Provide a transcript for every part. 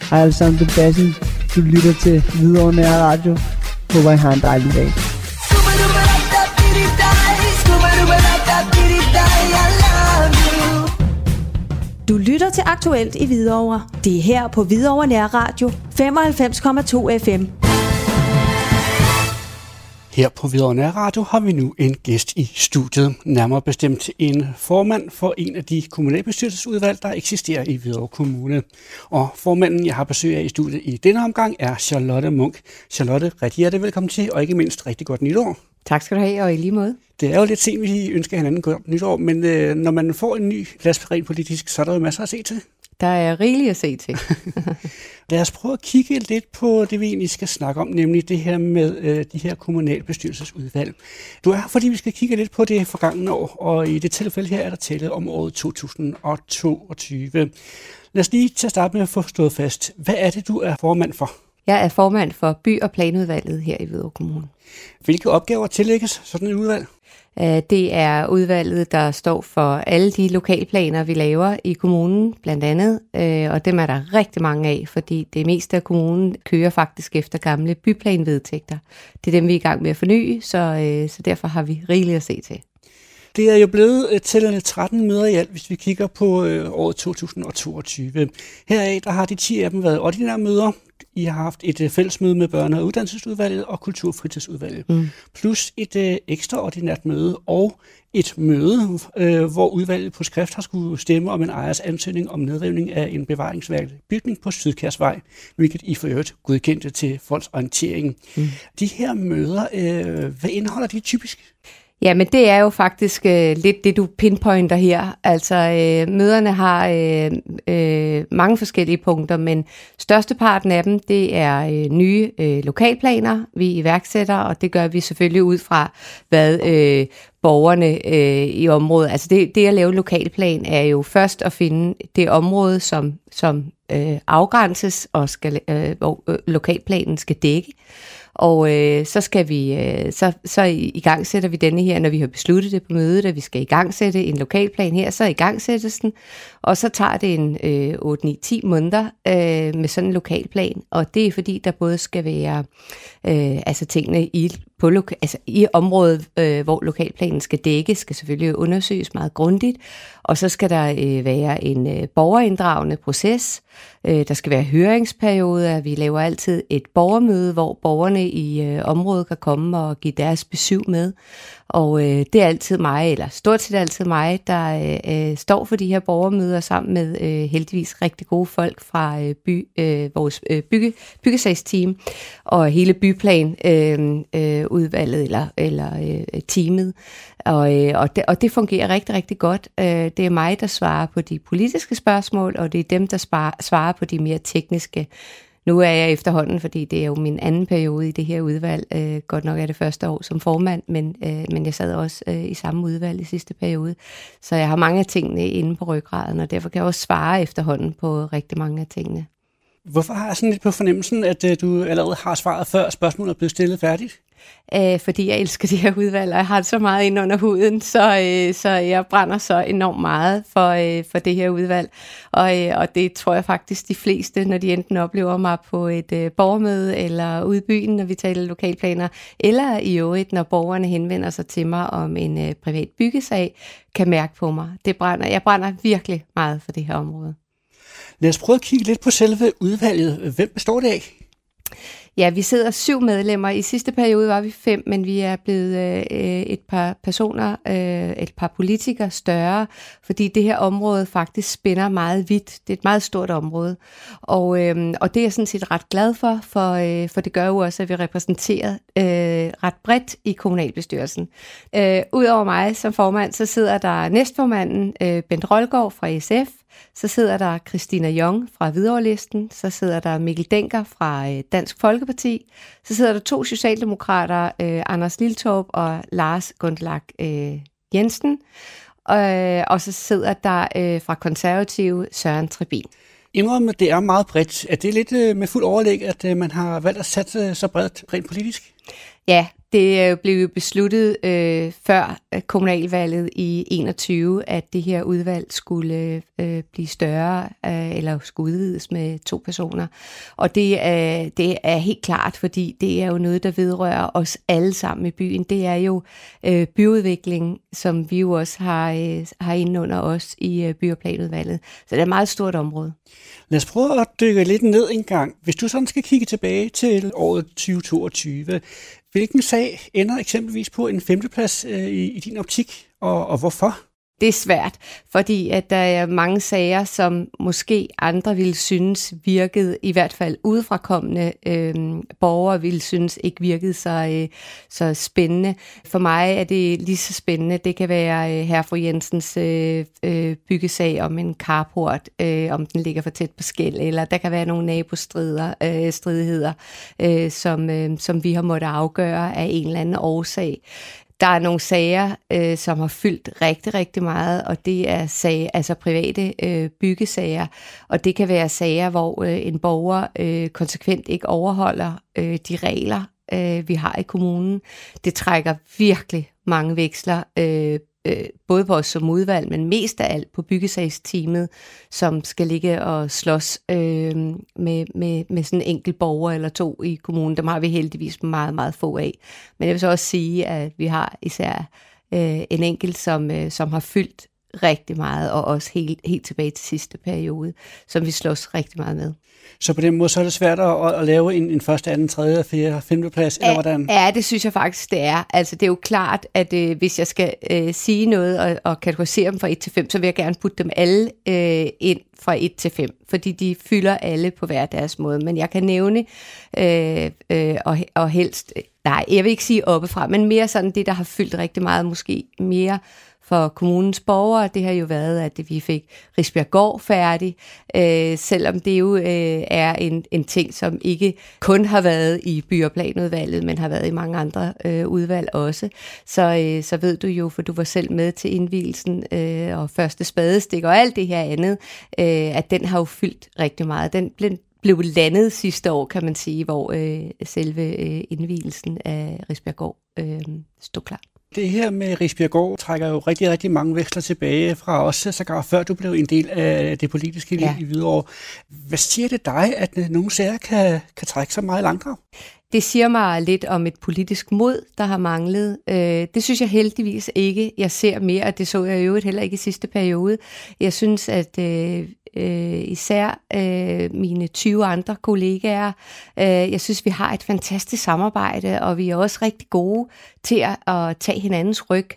Hej alle sammen, det er Bassen. Du lytter til Hvidovre Nær Radio. Håber I har en dejlig dag. Du lytter til Aktuelt i Hvidovre. Det er her på Hvidovre Nær Radio 95,2 FM. Her på Hvidovre Nær Radio har vi nu en gæst i studiet, nærmere bestemt en formand for en af de kommunalbestyrelsesudvalg, der eksisterer i Hvidovre Kommune. Og formanden, jeg har besøg af i studiet i denne omgang, er Charlotte Munch. Charlotte, rigtig hjertelig velkommen til, og ikke mindst rigtig godt nytår. Tak skal du have, og i lige måde. Det er jo lidt sent, vi ønsker hinanden godt nytår, men når man får en ny plads rent politisk, så er der jo masser at se til. Der er rigeligt at se til. Lad os prøve at kigge lidt på det, vi egentlig skal snakke om, nemlig det her med de her kommunalbestyrelsesudvalg. Du er her, fordi vi skal kigge lidt på det forgangne år, og i det tilfælde her er der tale om året 2022. Lad os lige til at starte med at få stået fast. Hvad er det, du er formand for? Jeg er formand for by- og planudvalget her i Hvidovre Kommune. Hvilke opgaver tillægges sådan et udvalg? Det er udvalget, der står for alle de lokalplaner, vi laver i kommunen, blandt andet. Og dem er der rigtig mange af, fordi det meste af kommunen kører faktisk efter gamle byplanvedtægter. Det er dem, vi er i gang med at forny, så derfor har vi rigeligt at se til. Det er jo blevet til 13 møder i alt, hvis vi kigger på året 2022. Heraf der har de 10 af dem været ordinære møder. I har haft et fællesmøde med børne- og uddannelsesudvalget og kulturfritidsudvalget. Plus et ekstraordinært møde og et møde, hvor udvalget på skrift har skulle stemme om en ejers ansøgning om nedrivning af en bevaringsværdig bygning på Sydkærsvej, hvilket I for øvrigt godkendte til folks orientering. De her møder, hvad indeholder de typisk? Ja, men det er jo faktisk lidt det, du pinpointer her. Altså, møderne har mange forskellige punkter, men størsteparten af dem, det er nye lokalplaner, vi iværksætter, og det gør vi selvfølgelig ud fra, hvad borgerne i området. Altså, det at lave lokalplan er jo først at finde det område, som afgrænses, og hvor lokalplanen skal dække. Og så skal vi så i gang sætter vi denne her, når vi har besluttet det på mødet, at vi skal i gang sætte en lokalplan her, så i gang sættes den, og så tager det en 8-9-10 måneder med sådan en lokalplan, og det er fordi der både skal være altså tingene i området, hvor lokalplanen skal dække, skal selvfølgelig undersøges meget grundigt, og så skal der være en borgerinddragende proces. Der skal være høringsperioder. Vi laver altid et borgermøde, hvor borgerne i området kan komme og give deres besyv med. Og det er altid mig, eller stort set altid mig, der står for de her borgermøder sammen med heldigvis rigtig gode folk fra vores byggesagsteam og hele byplanudvalget eller teamet. Og det fungerer rigtig, rigtig godt. Det er mig, der svarer på de politiske spørgsmål, og det er dem, der svarer på de mere tekniske. Nu er jeg efterhånden, fordi det er jo min anden periode i det her udvalg. Godt nok er det første år som formand, men jeg sad også i samme udvalg i sidste periode. Så jeg har mange af tingene inde på ryggraden, og derfor kan jeg også svare efterhånden på rigtig mange af tingene. Hvorfor har jeg sådan lidt på fornemmelsen, at du allerede har svaret før spørgsmålet er blevet stillet færdigt? Fordi jeg elsker de her udvalg, og jeg har det så meget inde under huden, så jeg brænder så enormt meget for det her udvalg. Og det tror jeg faktisk de fleste, når de enten oplever mig på et borgermøde, eller ude i byen, når vi taler lokalplaner, eller i øvrigt, når borgerne henvender sig til mig om en privat byggesag, kan mærke på mig. Jeg brænder virkelig meget for det her område. Lad os prøve at kigge lidt på selve udvalget. Hvem består det af? Ja, vi sidder 7 medlemmer. I sidste periode var vi 5, men vi er blevet et par personer, et par politikere større, fordi det her område faktisk spænder meget vidt. Det er et meget stort område, og det er jeg sådan set ret glad for det gør jo også, at vi repræsenterer ret bredt i kommunalbestyrelsen. Udover mig som formand, så sidder der næstformanden Bent Rolgaard fra SF, så sidder der Christina Jong fra Hvidovre-listen, så sidder der Mikkel Denker fra Dansk Folkeparti, så sidder der 2 socialdemokrater, Anders Liltorp og Lars Gundelag Jensen, og så sidder der fra Konservative Søren Trebin. Indrømmet, det er meget bredt. Er det lidt med fuld overlæg, at man har valgt at satse så bredt rent politisk? Ja, Det blev jo besluttet før kommunalvalget i 21, at det her udvalg skulle blive større eller skulle udvides med 2 personer. Og det er helt klart, fordi det er jo noget, der vedrører os alle sammen i byen. Det er jo byudvikling, som vi jo også har inde under os i by- og planudvalget. Så det er et meget stort område. Lad os prøve at dykke lidt ned en gang. Hvis du sådan skal kigge tilbage til året 2022, hvilken sag ender eksempelvis på en 5. plads i din optik, og hvorfor? Det er svært, fordi at der er mange sager, som måske andre ville synes virkede, i hvert fald udefrakommende borgere ville synes ikke virkede så spændende. For mig er det lige så spændende. Det kan være hr. fru Jensens byggesag om en carport, om den ligger for tæt på skel, eller der kan være nogle nabostridigheder, som vi har måttet afgøre af en eller anden årsag. Der er nogle sager, som har fyldt rigtig, rigtig meget, og det er sager, altså private byggesager, og det kan være sager, hvor en borger konsekvent ikke overholder de regler, vi har i kommunen. Det trækker virkelig mange veksler, både på os som udvalg, men mest af alt på byggesagsteamet, som skal ligge og slås med sådan en enkelt borger eller 2 i kommunen. Dem har vi heldigvis meget, meget få af. Men jeg vil så også sige, at vi har især en enkelt, som har fyldt rigtig meget, og også helt tilbage til sidste periode, som vi slås rigtig meget med. Så på den måde så er det svært at lave en første, anden, tredje, fjerde, 5. plads, eller hvordan? Ja, det synes jeg faktisk, det er. Altså, det er jo klart, at hvis jeg skal sige noget og kategorisere dem fra 1 til 5, så vil jeg gerne putte dem alle ind fra 1 til 5, fordi de fylder alle på hver deres måde. Men jeg kan nævne, og helst, nej, jeg vil ikke sige oppefra, men mere sådan det, der har fyldt rigtig meget, måske mere for kommunens borgere. Det har jo været, at vi fik Risbjerggård færdig, selvom det jo er en ting, som ikke kun har været i by- og planudvalget, men har været i mange andre udvalg også. Så ved du jo, for du var selv med til indvielsen og første spadestik og alt det her andet, at den har jo fyldt rigtig meget. Den blev landet sidste år, kan man sige, hvor selve indvielsen af Risbjerggård stod klar. Det her med Risbjerggård trækker jo rigtig, rigtig mange veksler tilbage fra os, sågar før du blev en del af det politiske liv i Hvidovre. Hvad siger det dig, at nogle sager kan trække så meget langdrag? Det siger mig lidt om et politisk mod, der har manglet. Det synes jeg heldigvis ikke. Jeg ser mere, og det så jeg jo heller ikke i sidste periode. Jeg synes, at især mine 20 andre kollegaer, jeg synes, vi har et fantastisk samarbejde, og vi er også rigtig gode til at tage hinandens ryg,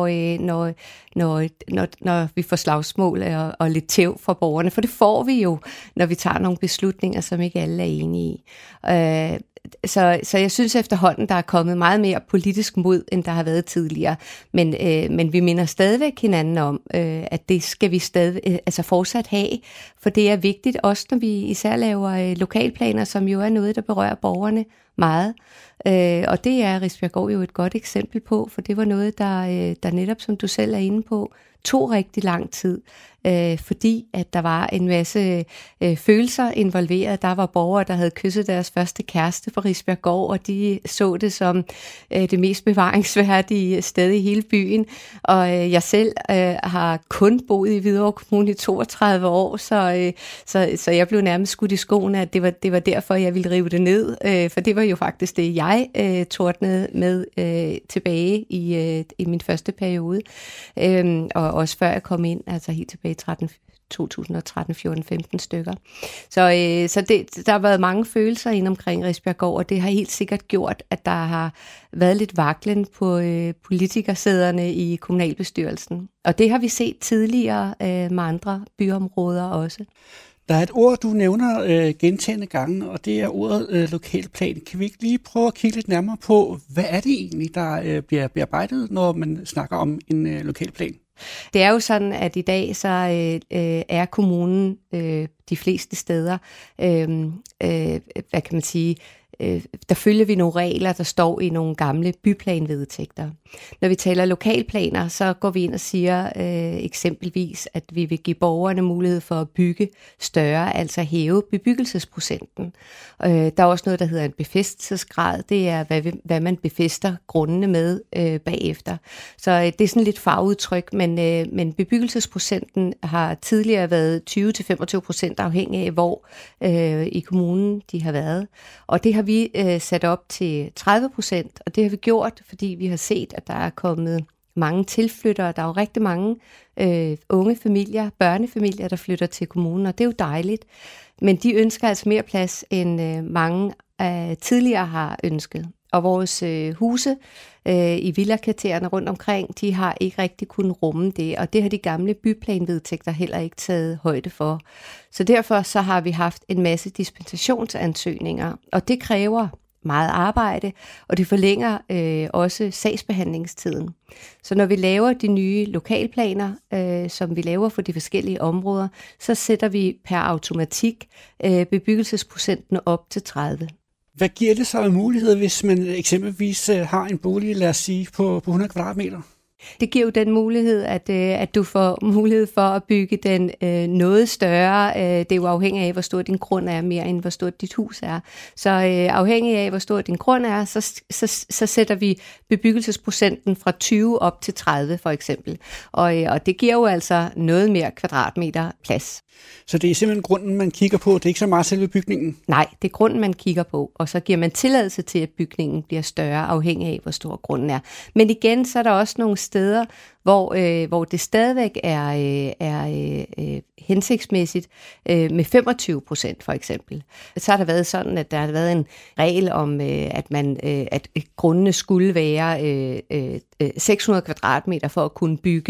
når vi får slagsmål og lidt tæv fra borgerne. For det får vi jo, når vi tager nogle beslutninger, som ikke alle er enige i. Så jeg synes efterhånden, der er kommet meget mere politisk mod, end der har været tidligere. Men vi minder stadigvæk hinanden om, at det skal vi fortsat have. For det er vigtigt, også når vi især laver lokalplaner, som jo er noget, der berører borgerne meget. Og det er Risbjerggård jo et godt eksempel på, for det var noget, der netop, som du selv er inde på, tog rigtig lang tid, fordi at der var en masse følelser involveret. Der var borgere, der havde kysset deres første kæreste på Risbjerggård, og de så det som det mest bevaringsværdige sted i hele byen. Og jeg selv har kun boet i Hvidovre Kommune i 32 år, så jeg blev nærmest skudt i skoene, at det var derfor, jeg ville rive det ned. For det var jo faktisk det, jeg tordnede med tilbage i min første periode. Og også før jeg kom ind, altså helt tilbage i 2013, 14, 15 stykker. Så der har været mange følelser inde omkring Risbjerggård, og det har helt sikkert gjort, at der har været lidt vaklen på politikersæderne i kommunalbestyrelsen. Og det har vi set tidligere med andre byområder også. Der er et ord, du nævner gentagende gange, og det er ordet lokalplan. Kan vi ikke lige prøve at kigge lidt nærmere på, hvad er det egentlig, der bliver bearbejdet, når man snakker om en lokalplan? Det er jo sådan, at i dag så er kommunen de fleste steder. Hvad kan man sige? Der følger vi nogle regler, der står i nogle gamle byplanvedtægter. Når vi taler lokalplaner, så går vi ind og siger eksempelvis, at vi vil give borgerne mulighed for at bygge større, altså hæve bebyggelsesprocenten. Der er også noget, der hedder en befæstelsesgrad. Det er, hvad man befæster grundene med bagefter. Så det er sådan lidt farveudtryk, men bebyggelsesprocenten har tidligere været 20-25% afhængig af, hvor i kommunen de har været. Og det har vi sat op til 30%, og det har vi gjort, fordi vi har set, at der er kommet mange tilflyttere. Der er jo rigtig mange unge familier, børnefamilier, der flytter til kommunen, og det er jo dejligt. Men de ønsker altså mere plads, end mange tidligere har ønsket. Og vores huse i villakvartererne rundt omkring, de har ikke rigtig kunnet rumme det, og det har de gamle byplanvedtægter heller ikke taget højde for. Så derfor så har vi haft en masse dispensationsansøgninger, og det kræver meget arbejde, og det forlænger også sagsbehandlingstiden. Så når vi laver de nye lokalplaner, som vi laver for de forskellige områder, så sætter vi per automatik bebyggelsesprocenten op til 30. Hvad giver det så af muligheder, hvis man eksempelvis har en bolig, lad os sige, på 100 kvadratmeter? Det giver jo den mulighed, at du får mulighed for at bygge den noget større. Det er jo afhængig af, hvor stor din grund er, mere end hvor stort dit hus er. Så afhængig af, hvor stor din grund er, så sætter vi bebyggelsesprocenten fra 20 op til 30 for eksempel. Og det giver jo altså noget mere kvadratmeter plads. Så det er simpelthen grunden, man kigger på, det er ikke så meget selve bygningen? Nej, det er grunden, man kigger på, og så giver man tilladelse til, at bygningen bliver større, afhængig af, hvor stor grunden er. Men igen, så er der også nogle steder, hvor det stadigvæk er hensigtsmæssigt med 25% for eksempel. Så har der været sådan, at der har været en regel om, at grundene skulle være 600 kvadratmeter for at kunne bygge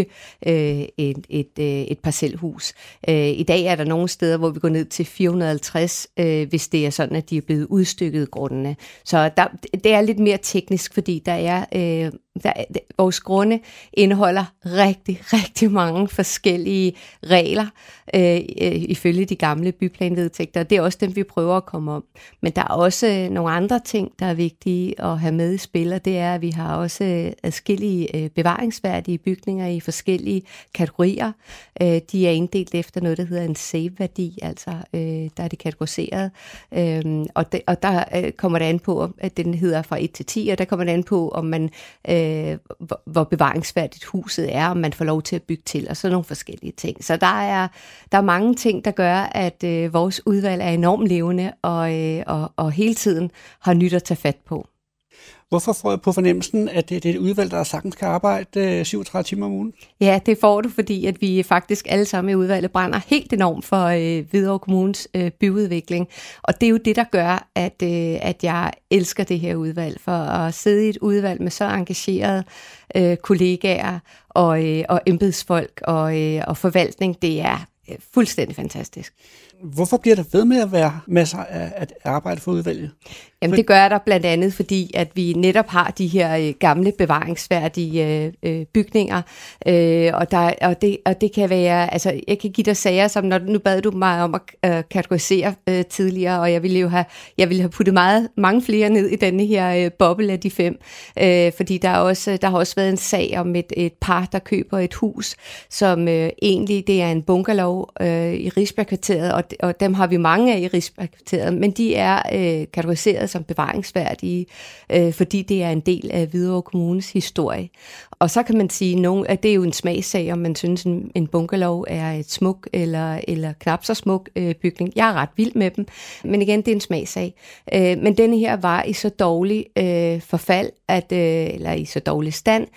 et parcelhus. I dag er der nogle steder, hvor vi går ned til 450, hvis det er sådan, at de er blevet udstykket grundene. Så det er lidt mere teknisk, fordi vores grunde indeholder rigtig, rigtig mange forskellige regler ifølge de gamle byplanvedtægter. Det er også dem, vi prøver at komme om. Men der er også nogle andre ting, der er vigtige at have med i spil, og det er, at vi har også adskillige bevaringsværdige bygninger i forskellige kategorier. De er inddelt efter noget, der hedder en save-værdi, altså der er det kategoriseret. Og der kommer det an på, at den hedder fra 1 til 10, og der kommer det an på, om man hvor bevaringsværdigt huset er, om man får lov til at bygge til, og sådan nogle forskellige ting. Så der er mange ting, der gør, at vores udvalg er enormt levende, og hele tiden har nyt at tage fat på. Hvorfor får jeg på fornemmelsen, at det er et udvalg, der sagtens kan arbejde 37 timer om ugen? Ja, det får du, fordi at vi faktisk alle sammen i udvalget brænder helt enormt for Hvidovre Kommunes byudvikling. Og det er jo det, der gør, at jeg elsker det her udvalg. For at sidde i et udvalg med så engagerede kollegaer og embedsfolk og forvaltning, det er fuldstændig fantastisk. Hvorfor bliver der ved med at være masser af arbejde for udvalget? Jamen det gør der blandt andet, fordi at vi netop har de her gamle bevaringsværdige bygninger, og det kan være, altså jeg kan give dig sager, som nu bad du mig om at kategorisere tidligere, og jeg ville have puttet mange flere ned i denne her boble af de 5, fordi der har også været en sag om et par, der køber et hus, som egentlig det er en bungalow i Risbergkvarteret, og dem har vi mange af i Risbergkvarteret, men de er kategoriseret som bevaringsværdige, fordi det er en del af Hvidovre Kommunes historie. Og så kan man sige, at det er jo en smagssag, om man synes, en bungalow er et smuk eller knap så smuk bygning. Jeg er ret vild med dem, men igen, det er en smagssag. Men denne her var i så dårlig forfald, eller i så dårlig stand,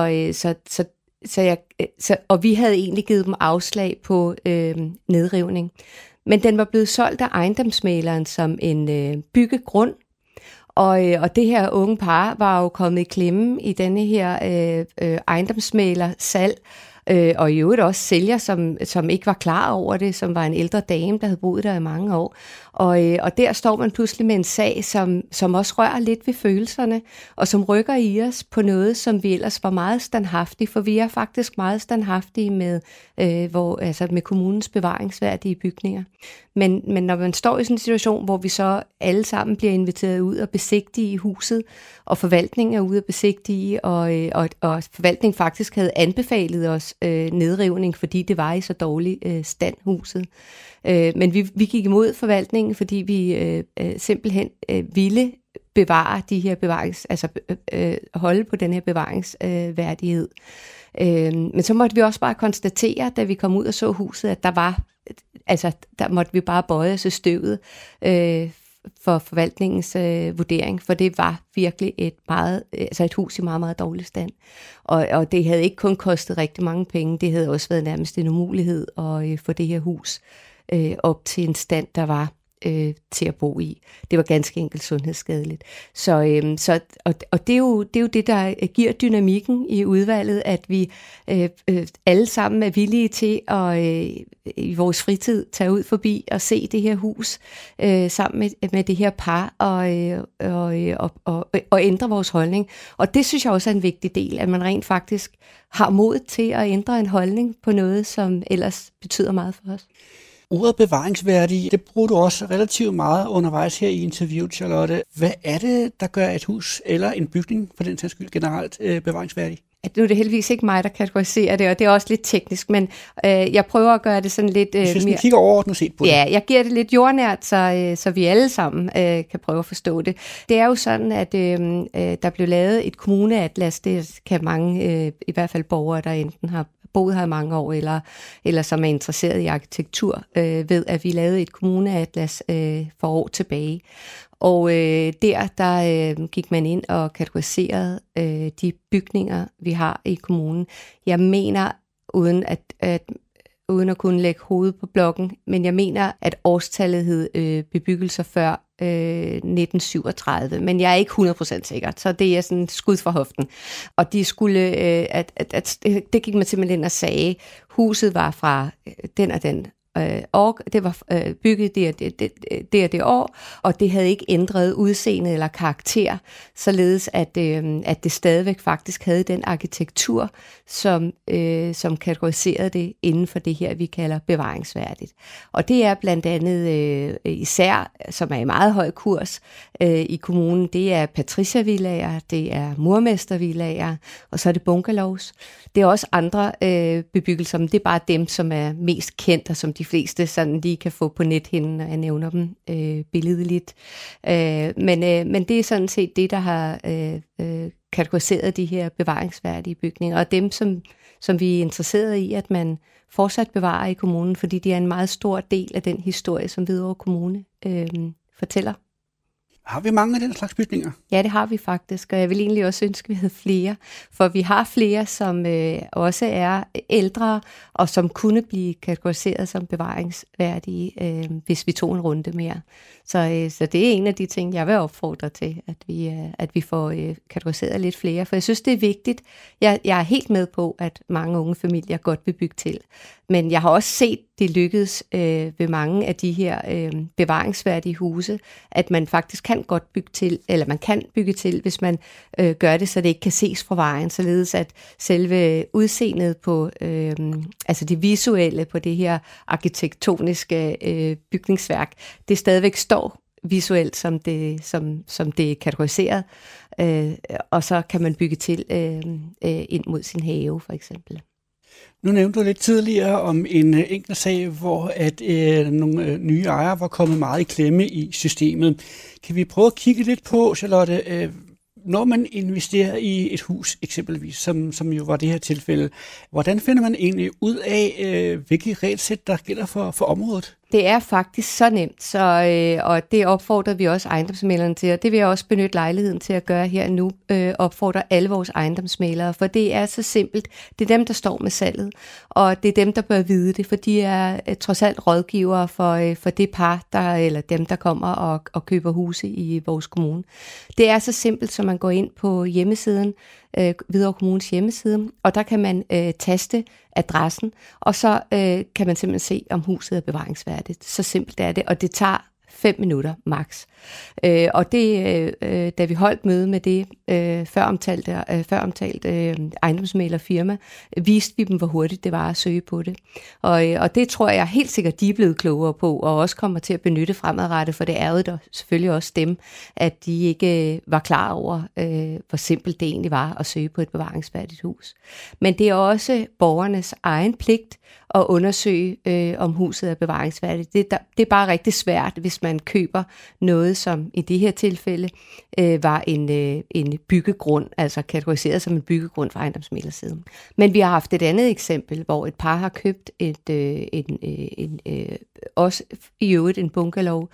og vi havde egentlig givet dem afslag på nedrivning. Men den var blevet solgt af ejendomsmæleren som en byggegrund, og det her unge par var jo kommet i klemme i denne her ejendomsmæler salg, og i øvrigt også sælger, som ikke var klar over det, som var en ældre dame, der havde boet der i mange år. Og der står man pludselig med en sag, som også rører lidt ved følelserne, og som rykker i os på noget, som vi ellers var meget standhaftige, for vi er faktisk meget standhaftige med kommunens bevaringsværdige bygninger. Men når man står i sådan en situation, hvor vi så alle sammen bliver inviteret ud og besigtige i huset, og forvaltningen er ude og besigtige, og forvaltningen faktisk havde anbefalet os nedrivning, fordi det var i så dårlig stand, huset. Men vi gik imod forvaltningen, fordi vi simpelthen ville bevare de her holde på den her bevaringsværdighed. Men så måtte vi også bare konstatere, da vi kom ud og så huset, at der måtte vi bare bøje os i støvet for forvaltningens vurdering, for det var virkelig et hus i meget, meget dårlig stand. Og det havde ikke kun kostet rigtig mange penge, det havde også været nærmest en umulighed at få det her hus op til en stand, der var til at bo i. Det var ganske enkelt sundhedsskadeligt. Og det er jo det, der giver dynamikken i udvalget, at vi alle sammen er villige til at i vores fritid tage ud forbi og se det her hus sammen med det her par og ændre vores holdning. Og det synes jeg også er en vigtig del, at man rent faktisk har mod til at ændre en holdning på noget, som ellers betyder meget for os. Ordet bevaringsværdig, det bruger du også relativt meget undervejs her i interviewet, Charlotte. Hvad er det, der gør et hus eller en bygning, for den sags skyld generelt, bevaringsværdig? Nu er det heldigvis ikke mig, der kategoriserer det, og det er også lidt teknisk, men jeg prøver at gøre det sådan lidt Hvis vi kigger overordnet set på det. Ja, jeg giver det lidt jordnært, så vi alle sammen kan prøve at forstå det. Det er jo sådan, at der blev lavet et kommuneatlas, det kan mange, i hvert fald borgere, der enten har boet her i mange år, eller som er interesseret i arkitektur, ved, at vi lavede et kommuneatlas for år tilbage. Og der gik man ind og kategoriserede de bygninger, vi har i kommunen. Jeg mener, uden at kunne lægge hovedet på blokken, men jeg mener, at årstallet hed bebyggelser før 1937, men jeg er ikke 100% sikker, så det er sådan skud for hoften. Og de skulle, det gik man simpelthen ind og sagde, huset var fra den og den år, det var bygget det år, og det havde ikke ændret udseende eller karakter, således at det stadigvæk faktisk havde den arkitektur, som kategoriserede det inden for det her, vi kalder bevaringsværdigt. Og det er blandt andet især, som er i meget høj kurs i kommunen, det er patriciervillager, det er murmestervillager, og så er det bungalows. Det er også andre bebyggelser, men det er bare dem, som er mest kendt, og som de fleste sådan lige kan få på nethinden, når jeg nævner dem billedligt. Men det er sådan set det, der har kategoriseret de her bevaringsværdige bygninger, og dem, som vi er interesseret i, at man fortsat bevarer i kommunen, fordi de er en meget stor del af den historie, som Hvidovre Kommune fortæller. Har vi mange af den slags bygninger? Ja, det har vi faktisk, og jeg vil egentlig også ønske, at vi havde flere, for vi har flere, som også er ældre, og som kunne blive kategoriseret som bevaringsværdige, hvis vi tog en runde mere. Så det er en af de ting, jeg vil opfordre til, at vi får kategoriseret lidt flere, for jeg synes, det er vigtigt. Jeg er helt med på, at mange unge familier godt vil bygge til, men jeg har også set, det lykkedes ved mange af de her bevaringsværdige huse, at man faktisk kan godt bygge til, eller man kan bygge til, hvis man gør det, så det ikke kan ses fra vejen, således at selve udseendet på, altså det visuelle på det her arkitektoniske bygningsværk, det stadigvæk står visuelt, som det er kategoriseret, og så kan man bygge til ind mod sin have, for eksempel. Nu nævnte du lidt tidligere om en enkelt sag, hvor nogle nye ejere var kommet meget i klemme i systemet. Kan vi prøve at kigge lidt på, Charlotte, når man investerer i et hus eksempelvis, som jo var det her tilfælde, hvordan finder man egentlig ud af, hvilke regelsæt der gælder for området? Det er faktisk så nemt, og det opfordrer vi også ejendomsmæglerne til, og det vil jeg også benytte lejligheden til at gøre her nu, opfordre alle vores ejendomsmæglere, for det er så simpelt. Det er dem, der står med salget, og det er dem, der bør vide det, for de er trods alt rådgivere for det par, eller dem, der kommer og køber huse i vores kommune. Det er så simpelt, som man går ind på hjemmesiden Hvidovre Kommunes hjemmeside, og der kan man taste adressen, og så kan man simpelthen se, om huset er bevaringsværdigt. Så simpelt er det, og det tager 5 minutter max. Og det, da vi holdt møde med det føromtalte ejendomsmæglerfirma, viste vi dem, hvor hurtigt det var at søge på det. Og det tror jeg helt sikkert, de er blevet klogere på, og også kommer til at benytte fremadrettet, for det ærgede der selvfølgelig også dem, at de ikke var klar over, hvor simpelt det egentlig var at søge på et bevaringsværdigt hus. Men det er også borgernes egen pligt at undersøge, om huset er bevaringsværdigt. Det er bare rigtig svært, hvis man køber noget, som i det her tilfælde var en byggegrund, altså kategoriseret som en byggegrund fra ejendomsmæglersiden. Men vi har haft et andet eksempel, hvor et par har købt også i øvrigt en bungalow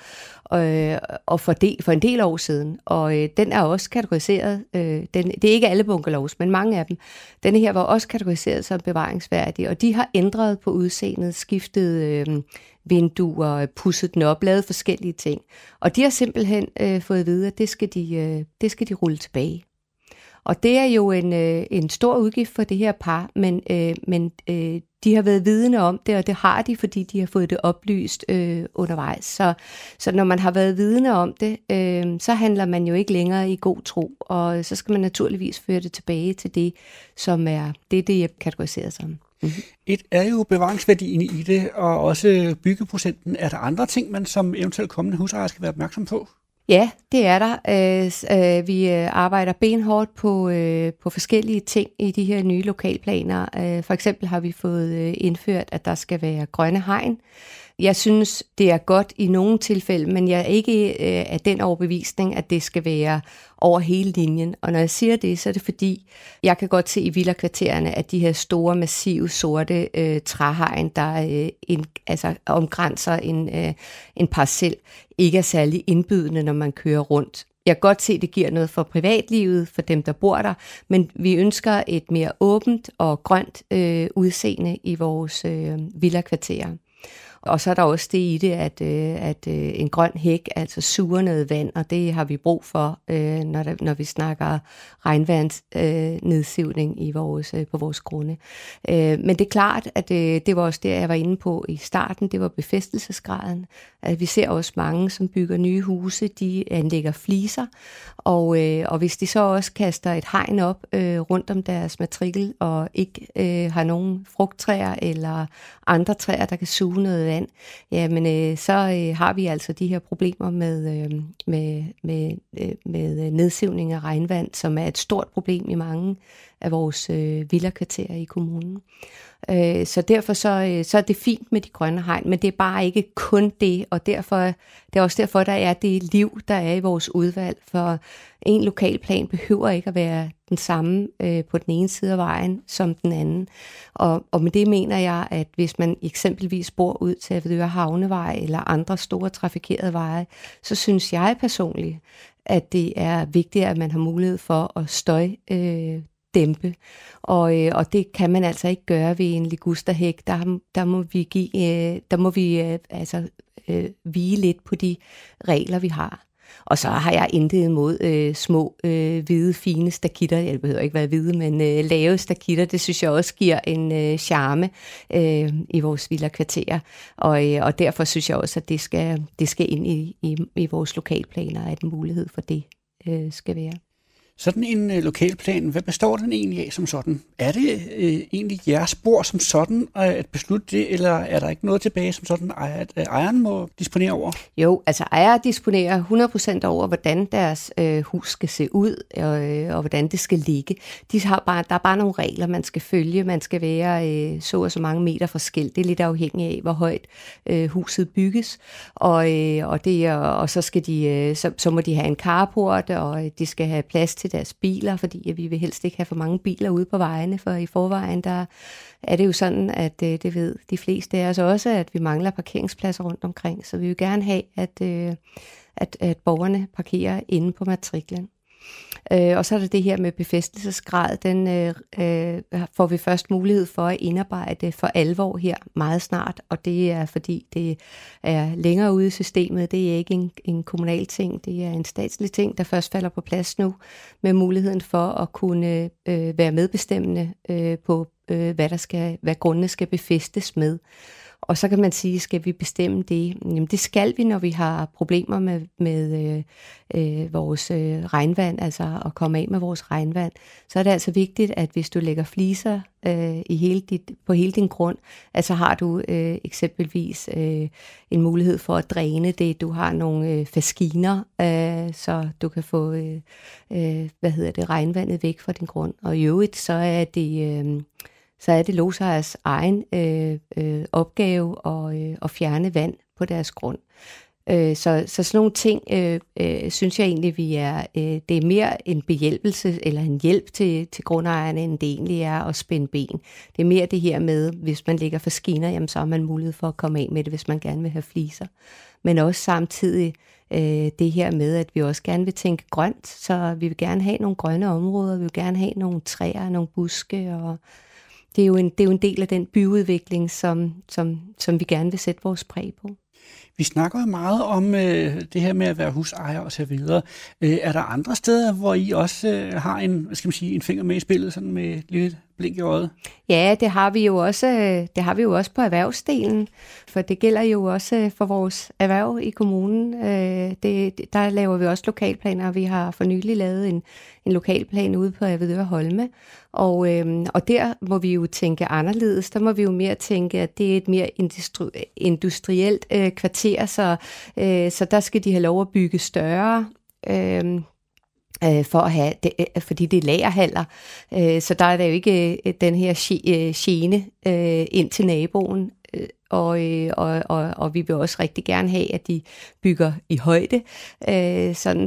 og for en del år siden, og den er også kategoriseret, det er ikke alle bungalows, men mange af dem, denne her var også kategoriseret som bevaringsværdig, og de har ændret på udseendet, skiftet vinduer, pudset den op, lavet forskellige ting, og de har simpelthen fået at vide, at det skal de rulle tilbage. Og det er jo en stor udgift for det her par, men de har været vidne om det, og det har de, fordi de har fået det oplyst undervejs. Så når man har været vidne om det, så handler man jo ikke længere i god tro, og så skal man naturligvis føre det tilbage til det, som er det er kategoriseret som. Mm-hmm. Et er jo bevaringsværdien i det, og også byggeprocenten. Er der andre ting, man som eventuelt kommende husejer skal være opmærksom på? Ja, det er der. Vi arbejder benhårdt på forskellige ting i de her nye lokalplaner. For eksempel har vi fået indført, at der skal være grønne hegn. Jeg synes, det er godt i nogle tilfælde, men jeg er ikke af den overbevisning, at det skal være over hele linjen. Og når jeg siger det, så er det fordi, jeg kan godt se i villakvartererne, at de her store, massive, sorte træhegn, der omgrænser en parcel, ikke er særlig indbydende, når man kører rundt. Jeg kan godt se, at det giver noget for privatlivet, for dem, der bor der, men vi ønsker et mere åbent og grønt udseende i vores villakvarterer. Og så er der også det i det, at en grøn hæk altså suger noget vand, og det har vi brug for, når vi snakker regnvandsnedsivning på vores grunde. Men det er klart, at det var også det, jeg var inde på i starten, det var befæstelsesgraden. At vi ser også mange, som bygger nye huse, de anlægger fliser, og hvis de så også kaster et hegn op rundt om deres matrikel, og ikke har nogen frugttræer eller andre træer, der kan suge noget vand, jamen så har vi altså de her problemer med nedsivning af regnvand, som er et stort problem i mange af vores villakvarterer i kommunen. Så derfor så er det fint med de grønne hegn, men det er bare ikke kun det, og det er også derfor, der er det liv, der er i vores udvalg, for en lokalplan behøver ikke at være den samme på den ene side af vejen som den anden. Og med det mener jeg, at hvis man eksempelvis bor ud til Avedøre Havnevej eller andre store trafikerede veje, så synes jeg personligt, at det er vigtigt, at man har mulighed for at dæmpe. Og det kan man altså ikke gøre ved en ligusterhæk. Der må vi vige lidt på de regler, vi har. Og så har jeg intet imod små, hvide, fine stakitter. Det behøver ikke være hvide, men lave stakitter. Det synes jeg også giver en charme i vores villakvarterer. Og derfor synes jeg også, at det skal ind i vores lokalplaner, at en mulighed for det skal være. Sådan en lokalplan, hvad består den egentlig af som sådan? Er det egentlig jeres bord som sådan at beslutte det, eller er der ikke noget tilbage som sådan, at ejeren må disponere over? Jo, altså ejere disponerer 100% over, hvordan deres hus skal se ud, og hvordan det skal ligge. Der er bare nogle regler, man skal følge. Man skal være så og så mange meter fra skel. Det er lidt afhængigt af, hvor højt huset bygges. Og så skal så må de have en carport, og de skal have plads til deres biler, fordi vi vil helst ikke have for mange biler ude på vejene, for i forvejen der er det jo sådan, at det ved de fleste af os også, at vi mangler parkeringspladser rundt omkring, så vi vil gerne have, at borgerne parkerer inde på matriklen. Og så er der det her med befæstelsesgrad, den får vi først mulighed for at indarbejde for alvor her meget snart, og det er fordi det er længere ude i systemet. Det er ikke en kommunal ting, det er en statslig ting, der først falder på plads nu, med muligheden for at kunne være medbestemmende på, hvad grundene skal befæstes med. Og så kan man sige, skal vi bestemme det? Jamen det skal vi, når vi har problemer med vores regnvand, altså at komme af med vores regnvand. Så er det altså vigtigt, at hvis du lægger fliser på hele din grund, altså har du eksempelvis en mulighed for at dræne det. Du har nogle faskiner, så du kan få regnvandet væk fra din grund. Og i øvrigt, så er det lodsejers egen opgave at fjerne vand på deres grund. Så sådan nogle ting synes jeg egentlig, det er mere en behjælpelse eller en hjælp til grundejerne, end det egentlig er at spænde ben. Det er mere det her med, hvis man lægger faskiner, jamen så har man mulighed for at komme af med det, hvis man gerne vil have fliser. Men også samtidig det her med, at vi også gerne vil tænke grønt, så vi vil gerne have nogle grønne områder, vi vil gerne have nogle træer, nogle buske, og det er jo en del af den byudvikling, som vi gerne vil sætte vores præg på. Vi snakker jo meget om det her med at være husejer og så videre. Er der andre steder, hvor I også har en finger med i spillet, sådan med et lille blink i øjet? Ja, det har vi jo også på erhvervsdelen, for det gælder jo også for vores erhverv i kommunen. Der laver vi også lokalplaner. Vi har for nylig lavet en lokalplan ude på Avedøre Holme, og der må vi jo tænke anderledes. Der må vi jo mere tænke, at det er et mere industrielt kvarter, så der skal de have lov at bygge større, for at have det, fordi det er lagerhaller, så der er der jo ikke den her gene ind til naboen, og vi vil også rigtig gerne have, at de bygger i højde, sådan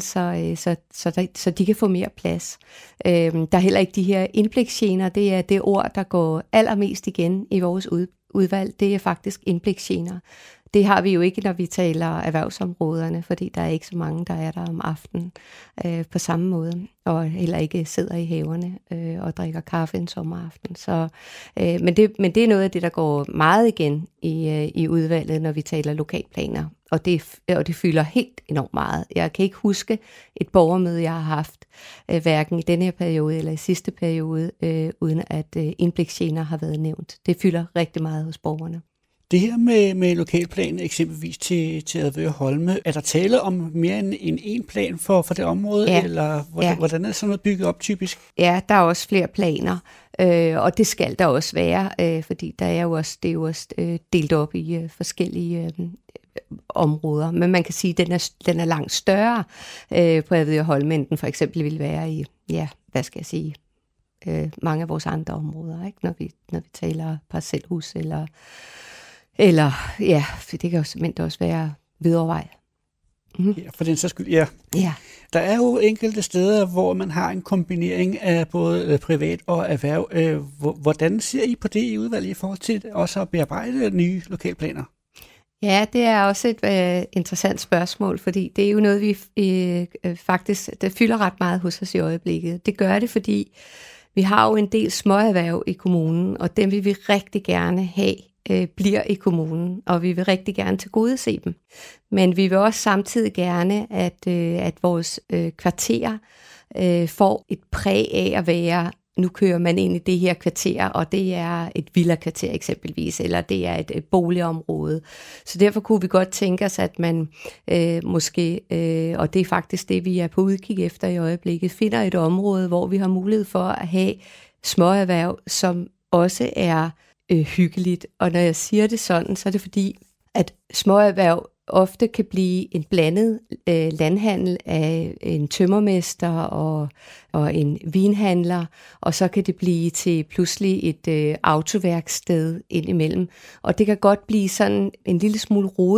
så de kan få mere plads. Der er heller ikke de her indbliksgener, det er det ord, der går allermest igen i vores udvalg, det er faktisk indbliksgener. Det har vi jo ikke, når vi taler erhvervsområderne, fordi der er ikke så mange, der er der om aftenen på samme måde, og heller ikke sidder i haverne og drikker kaffe en sommeraften. Så, men det er noget af det, der går meget igen i udvalget, når vi taler lokalplaner, og det fylder helt enormt meget. Jeg kan ikke huske et borgermøde, jeg har haft, hverken i denne her periode eller i sidste periode, uden at indbliksgener har været nævnt. Det fylder rigtig meget hos borgerne. Det her med lokalplanen, eksempelvis til Avedøre Holme, er der tale om mere end en plan for det område, ja. Eller hvordan er sådan noget bygget op typisk? Ja, der er også flere planer, og det skal der også være, fordi det er jo også delt op i forskellige områder. Men man kan sige, at den er langt større på Avedøre Holme, end den for eksempel vil være i, mange af vores andre områder, ikke? Når vi taler parcelhus eller ja, for det kan jo simpelthen også være Hvidovre. Mm-hmm. Ja, for den så skyld, ja. Ja. Der er jo enkelte steder, hvor man har en kombinering af både privat og erhverv. Hvordan ser I på det i udvalget i forhold til også at bearbejde nye lokalplaner? Ja, det er også et interessant spørgsmål, fordi det er jo noget, vi faktisk, det fylder ret meget hos os i øjeblikket. Det gør det, fordi vi har jo en del småerhverv i kommunen, og dem vil vi rigtig gerne have bliver i kommunen, og vi vil rigtig gerne tilgodese dem. Men vi vil også samtidig gerne, at vores kvarter får et præg af at være, nu kører man ind i det her kvarter, og det er et villakvarter eksempelvis, eller det er et boligområde. Så derfor kunne vi godt tænke os, at man måske, og det er faktisk det, vi er på udkig efter i øjeblikket, finder et område, hvor vi har mulighed for at have småerhverv, som også er hyggeligt. Og når jeg siger det sådan, så er det fordi, at småerhverv ofte kan blive en blandet landhandel af en tømmermester og en vinhandler, og så kan det blive til pludselig et autoværksted indimellem. Og det kan godt blive sådan en lille smule rodet,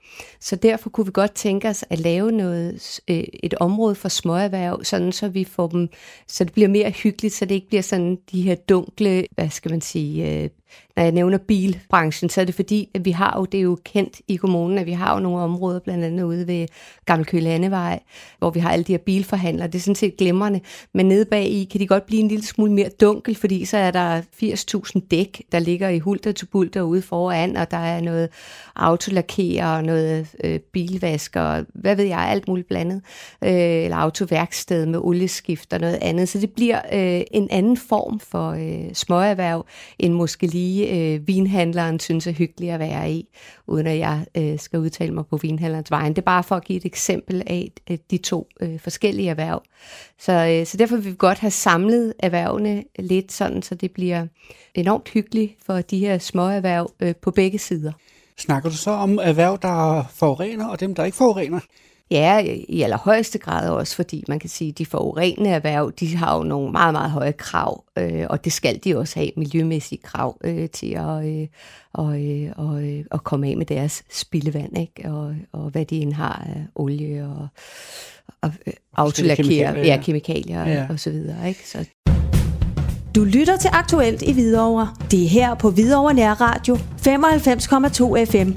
Så derfor kunne vi godt tænke os at lave et område for småerhverv, sådan så vi får dem, så det bliver mere hyggeligt, så det ikke bliver sådan de her dunkle, hvad skal man sige, når jeg nævner bilbranchen, så er det fordi, at det er jo kendt i kommunen, at vi har jo nogle områder, blandt andet ude ved Gammel Køge Landevej, hvor vi har alle de her bilforhandlere. Det er sådan set glimrende, men nede bag i kan de godt blive en lille smule mere dunkel, fordi så er der 80.000 dæk, der ligger i hulter til bulter ude foran, og der er noget autolakerer og noget bilvask og hvad ved jeg, alt muligt blandet, eller autoværksted med olieskift og noget andet. Så det bliver en anden form for småerhverv, end måske lige vinhandleren synes er hyggelig at være i, uden at jeg skal udtale mig på vinhandlerens vejen. Det er bare for at give et eksempel af de to forskellige erhverv. Så derfor vil vi godt have samlet erhvervene lidt sådan, så det bliver enormt hyggeligt for de her små erhverv på begge sider. Snakker du så om erhverv, der forurener, og dem, der ikke forurener? Ja, i allerhøjeste grad også, fordi man kan sige, at de forurenende erhverv, de har jo nogle meget, meget høje krav, og det skal de også have, miljømæssige krav til at komme af med deres spildevand, ikke? Og hvad de end har af olie og autolakere, kemikalier og så videre, ikke? Så. Du lytter til Aktuelt i Hvidovre. Det er her på Hvidovre Nærradio 95,2 FM.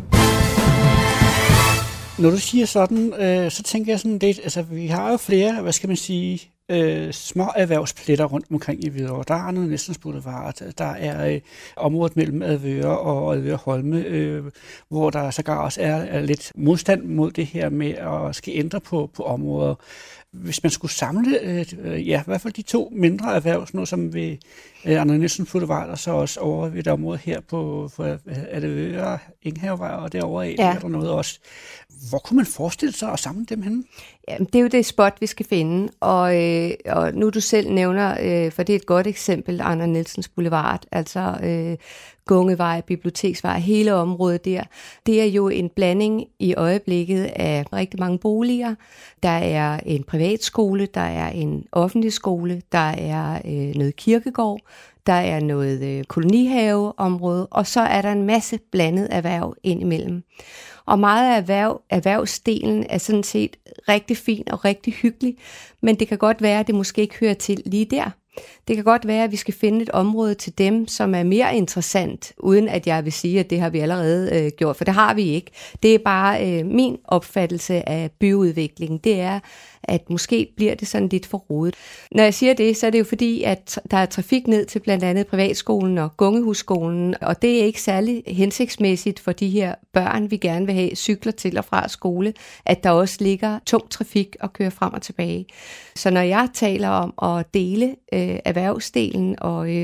Når du siger sådan, så tænker jeg sådan lidt, altså vi har jo flere, hvad skal man sige, små erhvervspletter rundt omkring i Hvidovre. Der er Arne Nielsens Boulevard, der er området mellem Avedøre og Avedøre Holme, hvor der sågar også er lidt modstand mod det her med at skal ændre på områder. Hvis man skulle samle, i hvert fald de to mindre erhverv, sådan noget som ved Arne Nielsens Boulevard, og så også over ved et område her på Avedøre, Enghavevej og derovre af, der er der noget også. Hvor kunne man forestille sig at samle dem henne? Jamen, det er jo det spot, vi skal finde, og nu du selv nævner, for det er et godt eksempel, Arne Nielsens Boulevard, altså Gungevej, Biblioteksvej, hele området der. Det er jo en blanding i øjeblikket af rigtig mange boliger. Der er en privatskole, der er en offentlig skole, der er noget kirkegård, der er noget kolonihaveområde, og så er der en masse blandet erhverv indimellem. Og meget af erhvervsdelen er sådan set rigtig fin og rigtig hyggelig, men det kan godt være, at det måske ikke hører til lige der. Det kan godt være, at vi skal finde et område til dem, som er mere interessant, uden at jeg vil sige, at det har vi allerede gjort, for det har vi ikke. Det er bare min opfattelse af byudviklingen. Det er, at måske bliver det sådan lidt for rodet. Når jeg siger det, så er det jo fordi, at der er trafik ned til blandt andet privatskolen og Gungehusskolen, og det er ikke særlig hensigtsmæssigt for de her børn, vi gerne vil have cykler til og fra skole, at der også ligger tung trafik og kører frem og tilbage. Så når jeg taler om at dele erhvervsdelen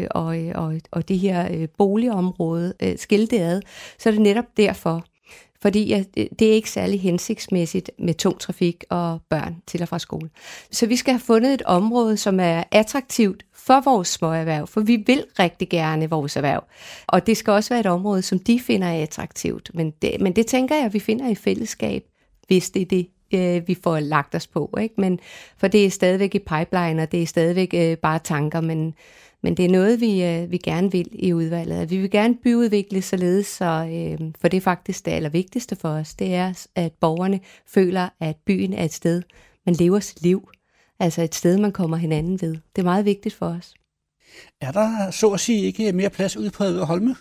og det her boligområde skilte ad, så er det netop derfor. Fordi det er ikke særlig hensigtsmæssigt med tung trafik og børn til og fra skole. Så vi skal have fundet et område, som er attraktivt for vores småerhverv, for vi vil rigtig gerne vores erhverv. Og det skal også være et område, som de finder attraktivt. Men det tænker jeg, at vi finder i fællesskab, hvis det er det, vi får lagt os på. Ikke? Men, for det er stadigvæk i pipeline, og det er stadigvæk bare tanker, men det er noget, vi gerne vil i udvalget. Vi vil gerne byudvikle således, for det er faktisk det allervigtigste for os. Det er, at borgerne føler, at byen er et sted, man lever sit liv. Altså et sted, man kommer hinanden ved. Det er meget vigtigt for os. Er der så at sige ikke mere plads ude på Avedøre Holme?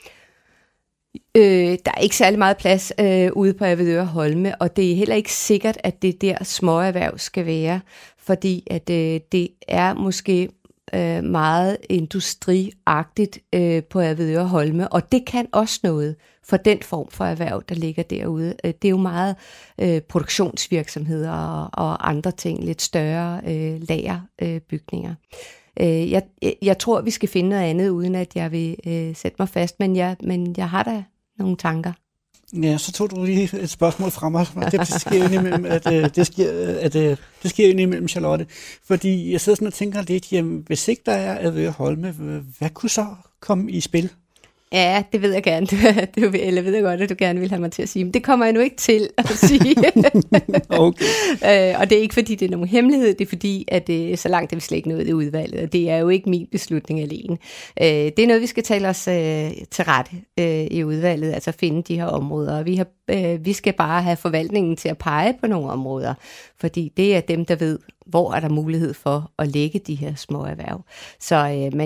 Der er ikke særlig meget plads ude på Avedøre Holme, og det er heller ikke sikkert, at det der småerhverv skal være, fordi at det er måske meget industriagtigt på Avedøre Holme, og det kan også noget for den form for erhverv, der ligger derude. Det er jo meget produktionsvirksomheder og andre ting, lidt større lagerbygninger. Jeg tror, vi skal finde noget andet, uden at jeg vil sætte mig fast, men jeg har da nogle tanker. Ja, så tog du lige et spørgsmål fra mig. Det sker indimellem, det sker indimellem, Charlotte. Fordi jeg sidder sådan og tænker lidt, jamen, hvis ikke der er Avedøre Holme, hvad kunne så komme i spil? Ja, det ved jeg gerne. Eller ved jeg godt, at du gerne vil have mig til at sige. Men det kommer jeg nu ikke til at sige. Okay. Og det er ikke, fordi det er nogen hemmelighed. Det er fordi, at så langt er vi slet ikke nået i udvalget. Og det er jo ikke min beslutning alene. Det er noget, vi skal tale os til rette i udvalget. Altså finde de her områder. Og vi skal bare have forvaltningen til at pege på nogle områder. Fordi det er dem, der ved, hvor er der mulighed for at lægge de her små erhverv. Så,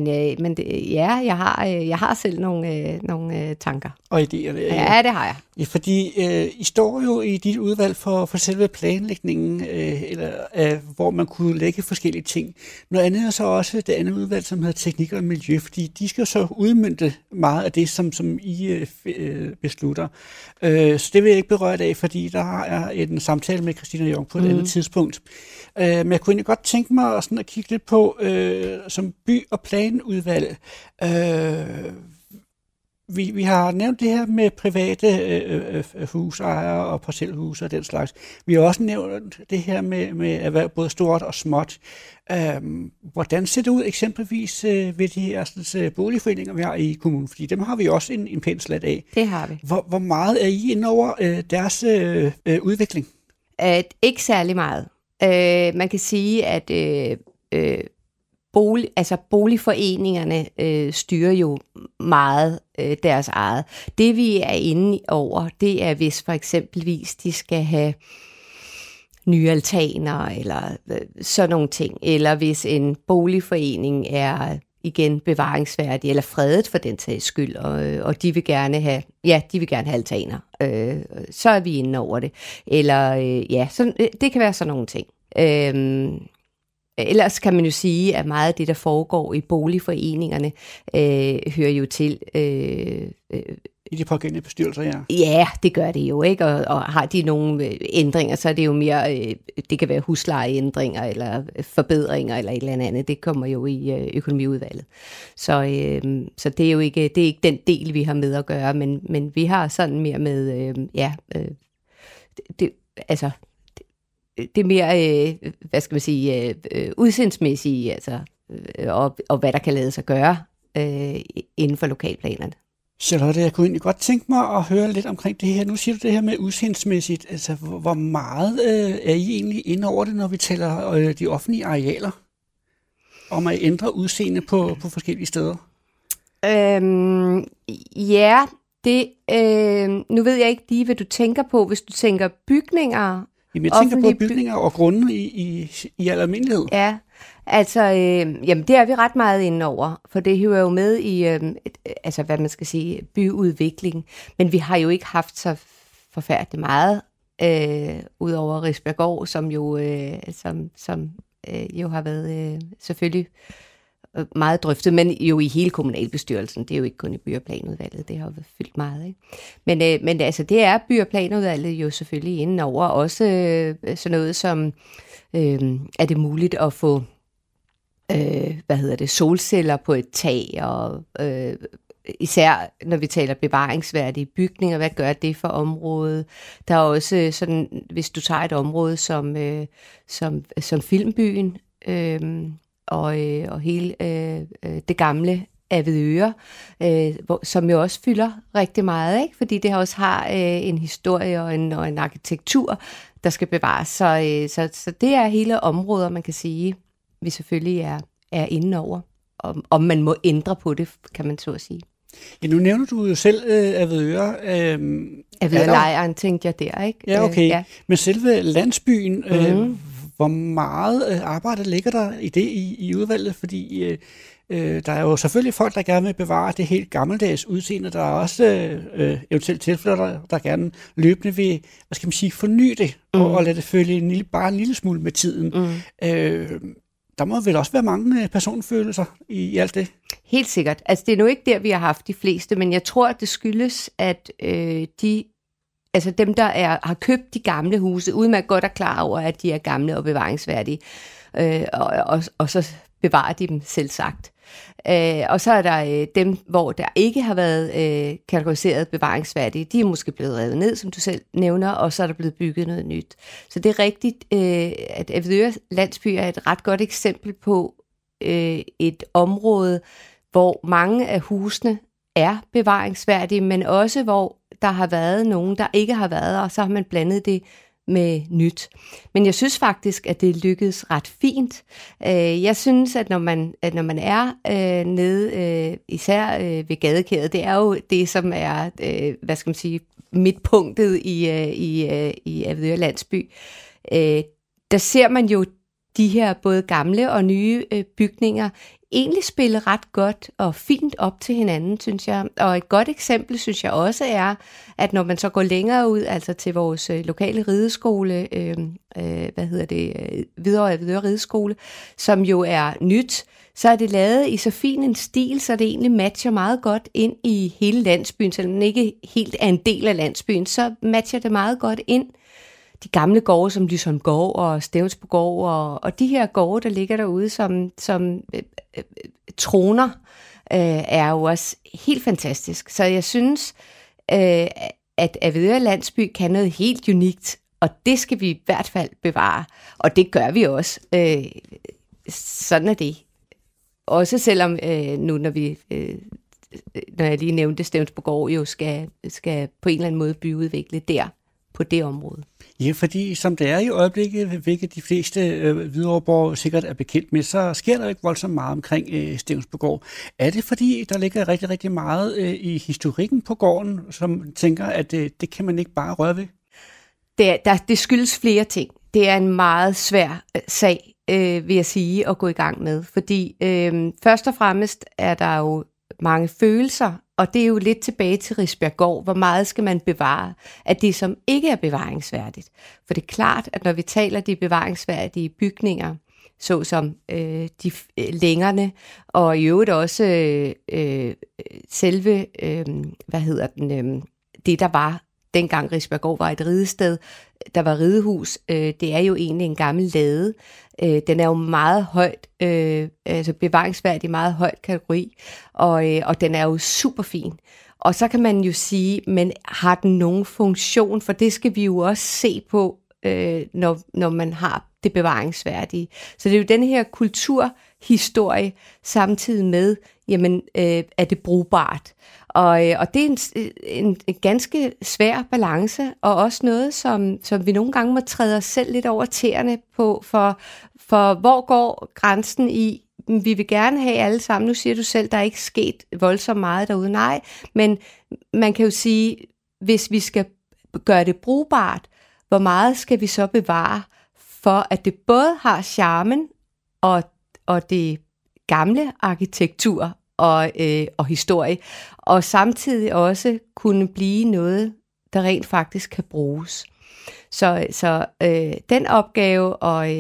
jeg har selv nogle tanker. Og idéer. Ja, det har jeg. Ja, fordi I står jo i dit udvalg for selve planlægningen, hvor man kunne lægge forskellige ting. Noget andet er så også det andet udvalg, som hedder teknik og miljø, fordi de skal så udmønte meget af det, som I beslutter. Så det vil jeg ikke berøre af, fordi der er en samtale med Christina Jong på et andet tidspunkt. Men jeg kunne egentlig godt tænke mig at kigge lidt på, som by- og planudvalg. Vi har nævnt det her med private husejere og parcelhuse og den slags. Vi har også nævnt det her med erhverv, både stort og småt. Hvordan ser det ud eksempelvis ved de her boligforeninger, vi har i kommunen? Fordi dem har vi også en pæn slat af. Det har vi. Hvor meget er I inde over deres udvikling? Ikke særlig meget. Man kan sige, at boligforeningerne styrer jo meget deres eget. Det vi er inde over, det er hvis for eksempelvis de skal have nye altaner eller sådan nogle ting, eller hvis en boligforening er igen bevaringsværdig eller fredet for den sags skyld, og de vil gerne have altaner. Så er vi inde over det. Eller så, det kan være sådan nogle ting. Ellers kan man jo sige, at meget af det, der foregår i boligforeningerne, hører jo til i de pågældende bestyrelser, ja. Ja, det gør det jo, ikke? Og har de nogle ændringer, så er det jo mere, det kan være huslejeændringer eller forbedringer eller et eller andet. Det kommer jo i økonomiudvalget. Så det er jo ikke, det er ikke den del, vi har med at gøre, men vi har sådan mere med, det er mere, hvad skal man sige, udseendsmæssige, altså, og hvad der kan lade sig gøre inden for lokalplanerne. Charlotte, jeg kunne egentlig godt tænke mig at høre lidt omkring det her. Nu siger du det her med udseendsmæssigt. Altså, hvor meget er I egentlig inde over det, når vi taler de offentlige arealer? Om at ændre udseende på forskellige steder? Nu ved jeg ikke lige, hvad du tænker på, hvis du tænker bygninger. Jamen, jeg tænker på bygninger og grunde i al almindelighed. Ja, altså, det er vi ret meget inde over, for det hører jo med i, hvad man skal sige, byudvikling. Men vi har jo ikke haft så forfærdeligt meget, udover Risbjerggård, som jo, jo har været selvfølgelig meget drøftet, men jo i hele kommunalbestyrelsen. Det er jo ikke kun i by- og planudvalget, det har jo fyldt meget, ikke? Men altså, det er by- og planudvalget jo selvfølgelig inden over. Også sådan noget som, er det muligt at få, solceller på et tag, og især når vi taler bevaringsværdige bygninger, hvad gør det for området? Der er også sådan, hvis du tager et område som Filmbyen, og hele det gamle Avedøre, som jo også fylder rigtig meget, ikke? Fordi det også har en historie og en arkitektur, der skal bevares. Så det er hele områder, man kan sige, vi selvfølgelig er inde over. Om man må ændre på det, kan man så at sige. Ja, nu nævner du jo selv Avedøre. Avedøre-lejren tænkte jeg der, ikke? Ja, okay. Ja. Men selve landsbyen, hvor meget arbejde ligger der i det i udvalget? Fordi der er jo selvfølgelig folk, der gerne vil bevare det helt gammeldags udseende. Der er også eventuelt tilflyttere, der gerne løbende vil, forny det og lade det følge bare en lille smule med tiden. Der må vel også være mange personfølelser i alt det? Helt sikkert. Altså, det er nu ikke der, vi har haft de fleste, men jeg tror, at det skyldes, at dem, der har købt de gamle huse, uden at godt er klar over, at de er gamle og bevaringsværdige, og så bevarer de dem selv sagt. Og så er der dem, hvor der ikke har været kategoriseret bevaringsværdige. De er måske blevet revet ned, som du selv nævner, og så er der blevet bygget noget nyt. Så det er rigtigt, at Avedøre Landsby er et ret godt eksempel på et område, hvor mange af husene er bevaringsværdige, men også hvor der har været nogen, der ikke har været, og så har man blandet det med nyt. Men jeg synes faktisk, at det lykkedes ret fint. Jeg synes, at når man er nede, især ved gadekæret, det er jo det, som er, hvad skal man sige, midtpunktet i Avedøre Landsby. Der ser man jo de her både gamle og nye bygninger egentlig spille ret godt og fint op til hinanden, synes jeg. Og et godt eksempel, synes jeg også er, at når man så går længere ud, altså til vores lokale rideskole, Hvidovre Avedøre Rideskole, som jo er nyt, så er det lavet i så fin en stil, så det egentlig matcher meget godt ind i hele landsbyen, selvom den ikke helt er en del af landsbyen, så matcher det meget godt ind. De gamle gårde, som Lysholmgård og Stevnsbogård og de her gårde, der ligger derude som troner, er jo også helt fantastisk. Så jeg synes, at Avedøre Landsby kan noget helt unikt, og det skal vi i hvert fald bevare. Og det gør vi også. Sådan er det. Også selvom nu, når jeg lige nævnte Stevnsbogård, jo skal på en eller anden måde byudvikle der på det område. Ja, fordi som det er i øjeblikket, hvilket de fleste Hvidovreborgere sikkert er bekendt med, så sker der ikke voldsomt meget omkring Stevnsbogård. Er det fordi, der ligger rigtig, rigtig meget i historikken på gården, som tænker, at det kan man ikke bare røre ved? Det skyldes flere ting. Det er en meget svær sag, vil jeg sige, at gå i gang med. Fordi først og fremmest er der jo mange følelser, og det er jo lidt tilbage til Risbjerggård. Hvor meget skal man bevare af det, som ikke er bevaringsværdigt? For det er klart, at når vi taler de bevaringsværdige bygninger, såsom de længerne, og i øvrigt også selve, det der var, dengang Risbjerggård var et ridested, der var ridehus, det er jo egentlig en gammel lade. Den er jo meget højt, altså bevaringsværdig, meget højt kategori, og den er jo super fin. Og så kan man jo sige, men har den nogen funktion? For det skal vi jo også se på, når man har det bevaringsværdige. Så det er jo den her kulturhistorie, samtidig med, jamen, er det brugbart? Og det er en ganske svær balance, og også noget, som vi nogle gange må træde os selv lidt over tæerne på, for hvor går grænsen i, vi vil gerne have alle sammen, nu siger du selv, der er ikke sket voldsomt meget derude, nej, men man kan jo sige, hvis vi skal gøre det brugbart, hvor meget skal vi så bevare, for at det både har charmen og det gamle arkitektur og historie, og samtidig også kunne blive noget, der rent faktisk kan bruges. Så den opgave og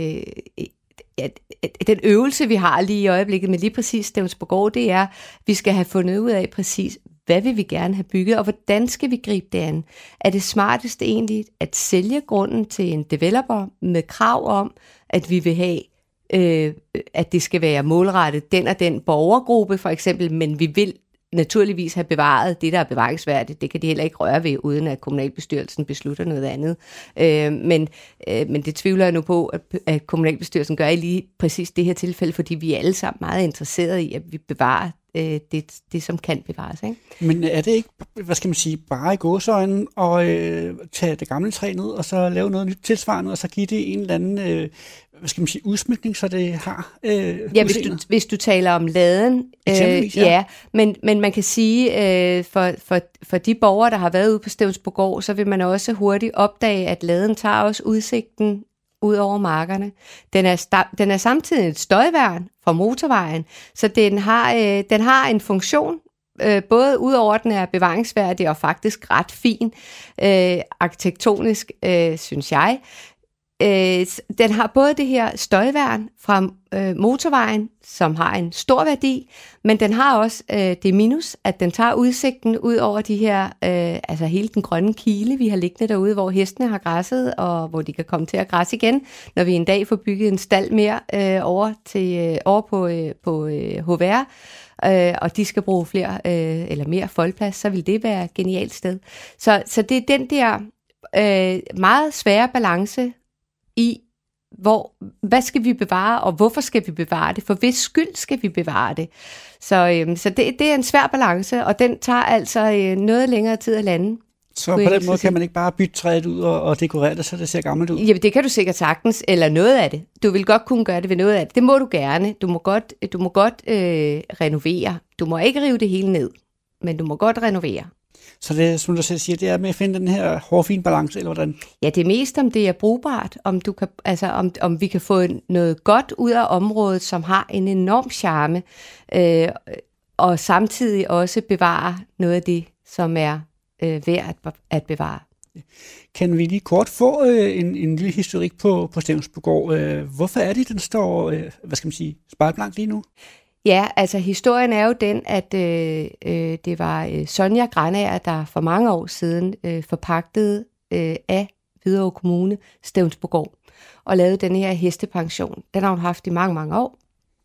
den øvelse, vi har lige i øjeblikket med lige præcis Stevnsbogård, det er, at vi skal have fundet ud af præcis, hvad vil vi gerne have bygget, og hvordan skal vi gribe det an? Er det smarteste egentlig at sælge grunden til en developer med krav om, at vi vil have at det skal være målrettet den og den borgergruppe for eksempel, men vi vil naturligvis have bevaret det, der er bevaringsværdigt. Det kan de heller ikke røre ved, uden at kommunalbestyrelsen beslutter noget andet. Men det tvivler jeg nu på, at kommunalbestyrelsen gør i lige præcis det her tilfælde, fordi vi er alle sammen meget interesserede i, at vi bevarer det, som kan bevares. Ikke? Men er det ikke, hvad skal man sige, bare i gåseøjne og tage det gamle træ ned, og så lave noget nyt tilsvarende, og så give det en eller anden hvad skal man sige, udsmykning, så det har hvis du taler om laden. Ja. Men man kan sige, for de borgere, der har været ude på Stevnsbogård, så vil man også hurtigt opdage, at laden tager også udsigten ud over markerne. Den er samtidig et støjværn fra motorvejen, så den har en funktion, både udover at den er bevaringsværdig og faktisk ret fin, arkitektonisk, synes jeg. Den har både det her støjværn fra motorvejen, som har en stor værdi, men den har også det minus, at den tager udsigten ud over de her, altså hele den grønne kile, vi har liggende derude, hvor hestene har græsset, og hvor de kan komme til at græsse igen, når vi en dag får bygget en stald mere over på HVR, og de skal bruge flere eller mere foldplads, så vil det være et genialt sted. Så det er den der meget svære balance i, hvad skal vi bevare, og hvorfor skal vi bevare det? For hvis skyld skal vi bevare det? Så det er en svær balance, og den tager altså noget længere tid at lande. Så på den måde kan man ikke bare bytte træet ud og dekorere det, så det ser gammelt ud? Jamen, det kan du sikkert sagtens, eller noget af det. Du vil godt kunne gøre det ved noget af det. Det må du gerne. Du må godt renovere. Du må ikke rive det hele ned, men du må godt renovere. Så det, som du selv siger, det er med at finde den her hårfine balance, eller hvordan? Ja, det er mest, om det er brugbart, om vi kan få noget godt ud af området, som har en enorm charme, og samtidig også bevare noget af det, som er værd at bevare. Kan vi lige kort få en lille historik på Stevnsbogård? Hvorfor er det, den står, spejlblank lige nu? Ja, altså historien er jo den, at det var Sonja Granager, der for mange år siden forpagtede af Hvidovre Kommune Stevnsbogård og lavede den her hestepension. Den har hun haft i mange, mange år.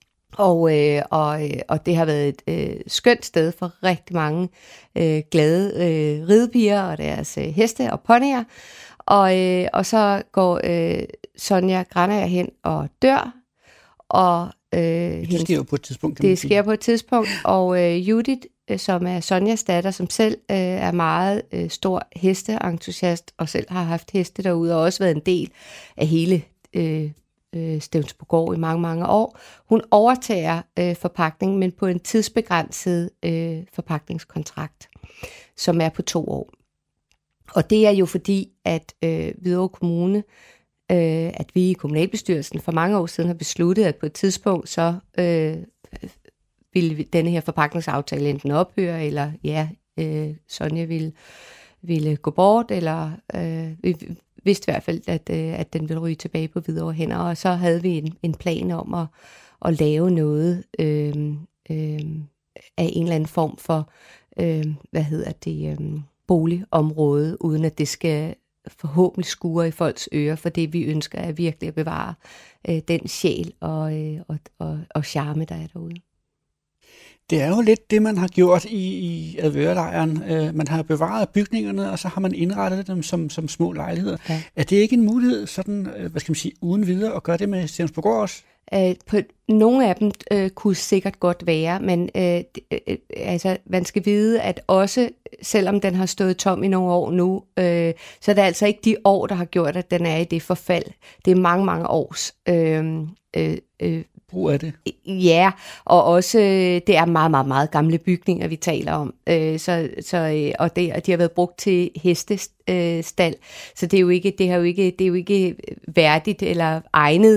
Og det har været et skønt sted for rigtig mange glade ridepiger og deres heste og ponyer. Og så går Sonja Granager hen og dør. Og det sker jo på et tidspunkt. Det sker på et tidspunkt, og Judith, som er Sonjas datter, som selv er meget stor hesteentusiast og selv har haft heste derude og også været en del af hele Stevnsbogård i mange, mange år. Hun overtager forpagtningen, men på en tidsbegrænset forpagtningskontrakt, som er på 2 år. Og det er jo fordi, at Hvidovre Kommune, at vi i kommunalbestyrelsen for mange år siden har besluttet, at på et tidspunkt så ville denne her forpagtningsaftale enten ophøre, eller Sonja ville gå bort, eller vi vidste i hvert fald, at den ville ryge tilbage på Hvidovre hænder, og så havde vi en plan om at lave noget af en eller anden form for boligområde, uden at det skal forhåbentlig skure i folks ører, for det vi ønsker er virkelig at bevare den sjæl og charme, der er derude. Det er jo lidt det, man har gjort i Avedørelejren. Man har bevaret bygningerne, og så har man indrettet dem som små lejligheder. Ja. Er det ikke en mulighed, sådan, uden videre, at gøre det med Stevnsbogård også? På nogle af dem kunne sikkert godt være, men man skal vide, at også selvom den har stået tom i nogle år nu, så er det altså ikke de år, der har gjort, at den er i det forfald. Det er mange, mange års brug af det. Ja, og også det er meget, meget, meget gamle bygninger, vi taler om. Og de har været brugt til hestestald, så det er jo ikke værdigt eller egnet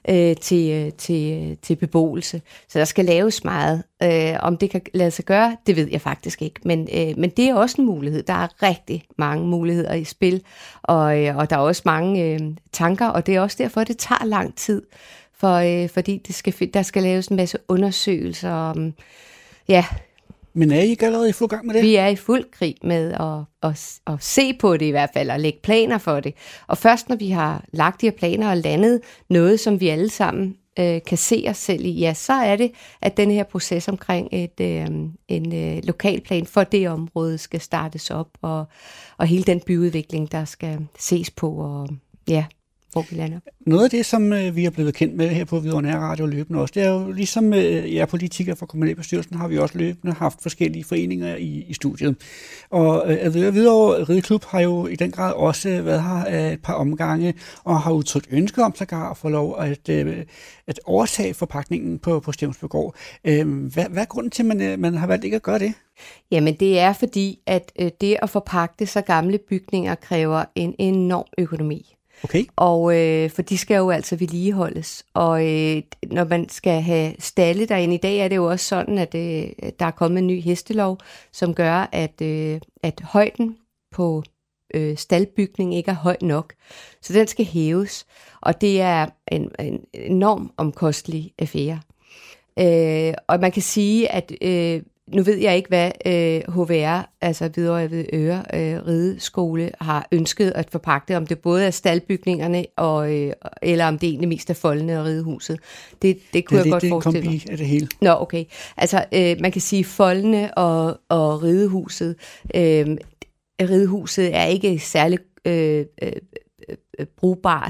til beboelse. Så der skal laves meget. Om det kan lade sig gøre, det ved jeg faktisk ikke. Men det er også en mulighed. Der er rigtig mange muligheder i spil, og der er også mange tanker, og det er også derfor, det tager lang tid. Fordi der skal laves en masse undersøgelser om, Men er I ikke allerede i fuld gang med det? Vi er i fuld krig med at se på det i hvert fald, og lægge planer for det. Og først når vi har lagt de her planer og landet noget, som vi alle sammen kan se os selv i, så er det, at den her proces omkring en lokalplan for det område skal startes op, og hele den byudvikling, der skal ses på, og hvor vi lander. Noget af det, som vi er blevet kendt med her på Hvidovre Nærradio løbende også, det er jo ligesom jer politikere fra kommunalbestyrelsen, har vi også løbende haft forskellige foreninger i studiet. Og Hvidovre Rideklub har jo i den grad også været her et par omgange, og har udtrykt ønske om sågar at få lov at overtage forpagtningen på Stevnsbogård. Hvad er grunden til, at man har valgt ikke at gøre det? Jamen det er fordi, at det at forpagte så gamle bygninger kræver en enorm økonomi. Okay. Og for de skal jo altså vedligeholdes. Og når man skal have stalde derinde, i dag er det jo også sådan, at der er kommet en ny hestelov, som gør, at højden på staldbygning ikke er høj nok. Så den skal hæves, og det er en enorm omkostelig affære. Og man kan sige, at nu ved jeg ikke, hvad HVR, altså Hvidovre Rideskole, har ønsket at forpagte, om det både er staldbygningerne, eller om det egentlig mest er foldene og ridehuset. Det kunne jeg godt forestille mig. Det er en kombi af det hele. Nå, okay. Altså, man kan sige, foldene og ridehuset. Ridehuset er ikke særlig brugbart.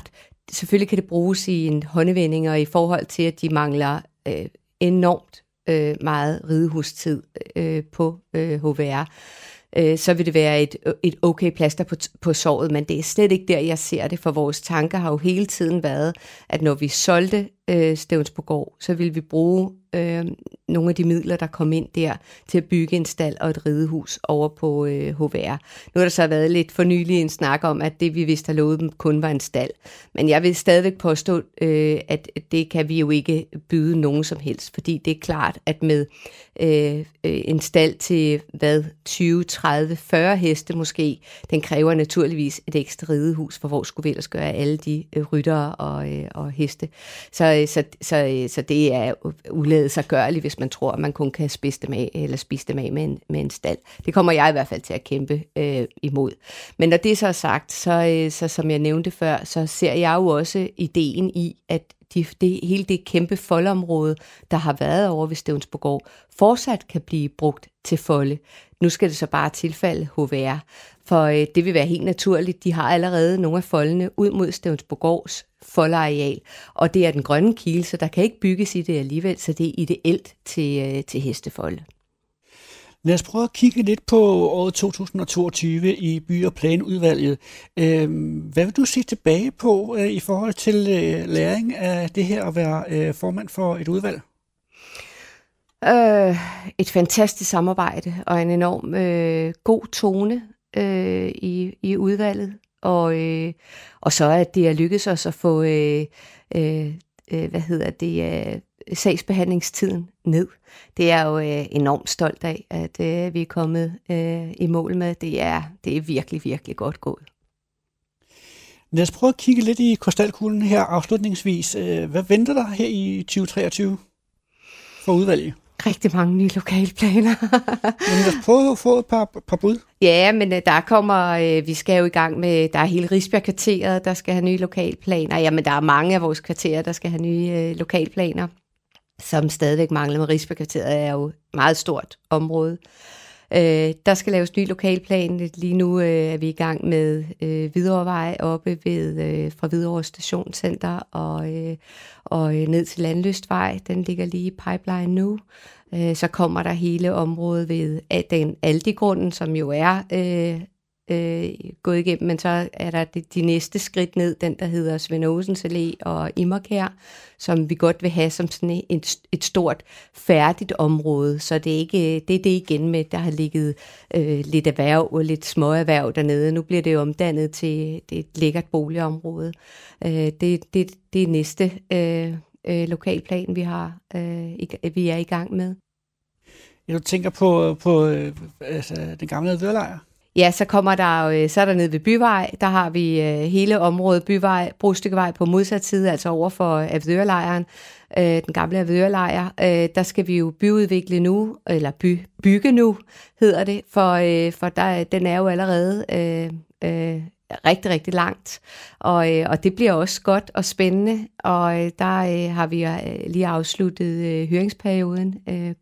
selvfølgelig kan det bruges i en håndevending, og i forhold til, at de mangler enormt meget ridehustid på HVR, så vil det være et okay plaster på såret, men det er slet ikke der, jeg ser det, for vores tanker har jo hele tiden været, at når vi solgte Stevnsbogård, så ville vi bruge nogle af de midler, der kom ind der, til at bygge en stald og et ridehus over på HVR. Nu har der så været lidt for nylig en snak om, at det vi vidste har lovet dem kun var en stald. Men jeg vil stadigvæk påstå, at det kan vi jo ikke byde nogen som helst, fordi det er klart, at med en stald til 20, 30, 40 heste måske, den kræver naturligvis et ekstra ridehus, for hvor skulle vi ellers gøre alle de ryttere og heste. Så det er uladet sig gørligt, hvis man tror, at man kun kan spise dem af med en stald. Det kommer jeg i hvert fald til at kæmpe imod. Men når det så er sagt, så som jeg nævnte før, så ser jeg jo også ideen i, at hele det kæmpe foldområde, der har været over ved Stevnsbogård, fortsat kan blive brugt til folde. Nu skal det så bare tilfalde HVR, for det vil være helt naturligt. De har allerede nogle af foldene ud mod Stevnsbogårds foldareal, og det er den grønne kile, så der kan ikke bygges i det alligevel, så det er ideelt til hestefolde. Lad os prøve at kigge lidt på året 2022 i by- og planudvalget. Hvad vil du se tilbage på i forhold til læring af det her at være formand for et udvalg? Et fantastisk samarbejde og en enorm god tone i udvalget. Og så at det er lykkedes os at få sagsbehandlingstiden ned. Det er jo enormt stolt af, at vi er kommet i mål med. Det er virkelig, virkelig godt gået. Lad os prøve at kigge lidt i krystalkuglen her afslutningsvis. Hvad venter der her i 2023 for udvalget? Rigtig mange nye lokalplaner. Men lad os prøve at få et par bud. Ja, men der kommer, vi skal jo i gang med, der er hele Risbjerg-kvarteret, der skal have nye lokalplaner. Jamen, der er mange af vores kvarterer, der skal have nye lokalplaner, som stadigvæk mangler, men Risbjerg-kvarteret er jo et meget stort område. Der skal laves ny lokalplan. Lige nu er vi i gang med Hvidovrevej oppe fra Hvidovre Stationscenter og ned til Landlystvej. Den ligger lige i pipeline nu. Så kommer der hele området ved den Aldi-grunden, som jo er gået igennem, men så er der de næste skridt ned, den der hedder Svend Aasens Allé og Immerkær, som vi godt vil have som sådan et stort færdigt område, så det er det igen med, der har ligget lidt erhverv og lidt småerhverv dernede. Nu bliver det jo omdannet til et lækkert boligområde. Det er næste lokalplan, vi er i gang med. Du tænker på den gamle Avedørelejr? Ja, så kommer der så er der nede ved Byvej, der har vi hele området Byvej, Brostykkevej på modsat side, altså over for Avedørelejren, den gamle Avedørelejr. Der skal vi jo byudvikle nu, eller bygge nu, hedder det, for den er jo allerede rigtig, rigtig langt, og det bliver også godt og spændende, og der har vi lige afsluttet høringsperioden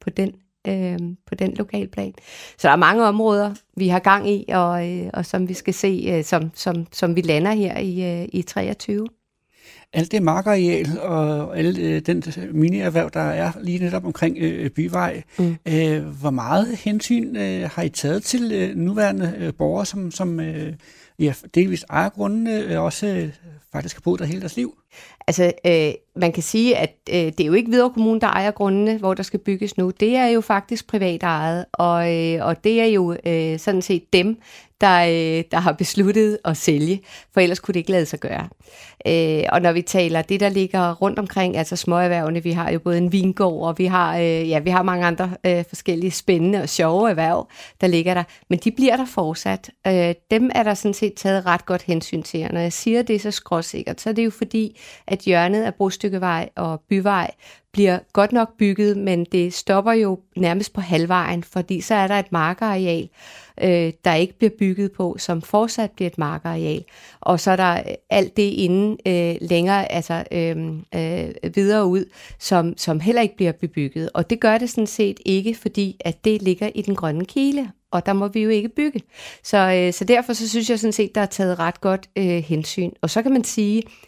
på den lokalplan. Så der er mange områder, vi har gang i, og som vi skal se, som vi lander her i 23. Alt det markareal og alle den minierhverv, der er lige netop omkring Byvej. Hvor meget hensyn har I taget til nuværende borgere, som delvis ejer grundene, også faktisk har boet der hele deres liv? Altså, man kan sige, at det er jo ikke Hvidovre Kommune, der ejer grundene, hvor der skal bygges nu. Det er jo faktisk privat ejet, og det er jo sådan set dem, der har besluttet at sælge, for ellers kunne det ikke lade sig gøre. Og når vi taler det, der ligger rundt omkring, altså småerhvervene, vi har jo både en vingård, og vi har mange andre forskellige spændende og sjove erhverv, der ligger der, men de bliver der fortsat. Dem er der sådan set taget ret godt hensyn til, og når jeg siger det så skråsikkert, så er det jo fordi, at hjørnet af Brostykkevej og Byvej bliver godt nok bygget, men det stopper jo nærmest på halvvejen, fordi så er der et markareal, der ikke bliver bygget på, som fortsat bliver et markareal. Og så er der alt det inden længere, altså videre ud, som heller ikke bliver bebygget. Og det gør det sådan set ikke, fordi at det ligger i den grønne kile, og der må vi jo ikke bygge. Så derfor så synes jeg sådan set, der er taget ret godt hensyn. Og så kan man sige,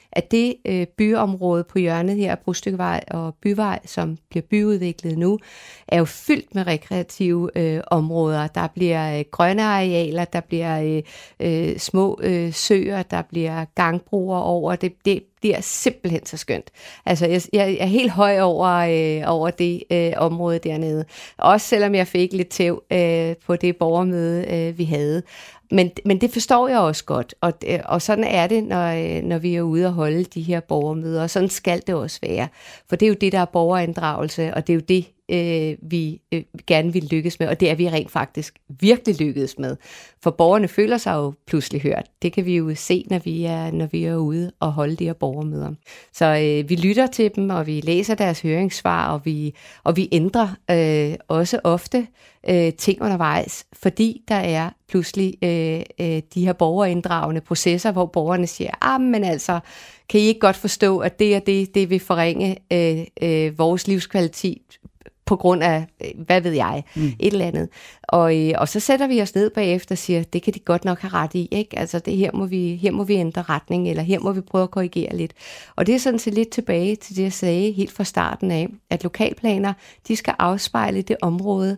at det byområde på hjørnet her, Brostykkevej og Byvej, som bliver byudviklet nu, er jo fyldt med rekreative områder. Der bliver grønne arealer, der bliver små søer, der bliver gangbroer over. Det bliver simpelthen så skønt. Altså, jeg er helt høj over det område dernede. Også selvom jeg fik lidt tæv på det borgermøde, vi havde. Men det forstår jeg også godt, og sådan er det, når vi er ude og holde de her borgermøder, og sådan skal det også være. For det er jo det, der er borgerinddragelse, og det er jo det, vi gerne vil lykkes med, og det er vi rent faktisk virkelig lykkedes med. For borgerne føler sig jo pludselig hørt. Det kan vi jo se, når vi er ude og holde de her borgermøder. Så vi lytter til dem, og vi læser deres høringssvar, og vi ændrer også ofte ting undervejs, fordi der er pludselig de her borgerinddragende processer, hvor borgerne siger, men altså, kan I ikke godt forstå, at det og det vil forringe vores livskvalitet på grund af, hvad ved jeg, et eller andet. Og så sætter vi os ned bagefter og siger, det kan de godt nok have ret i, ikke? Altså, det her må vi ændre retning, eller her må vi prøve at korrigere lidt. Og det er sådan set lidt tilbage til det, jeg sagde helt fra starten af, at lokalplaner, de skal afspejle det område,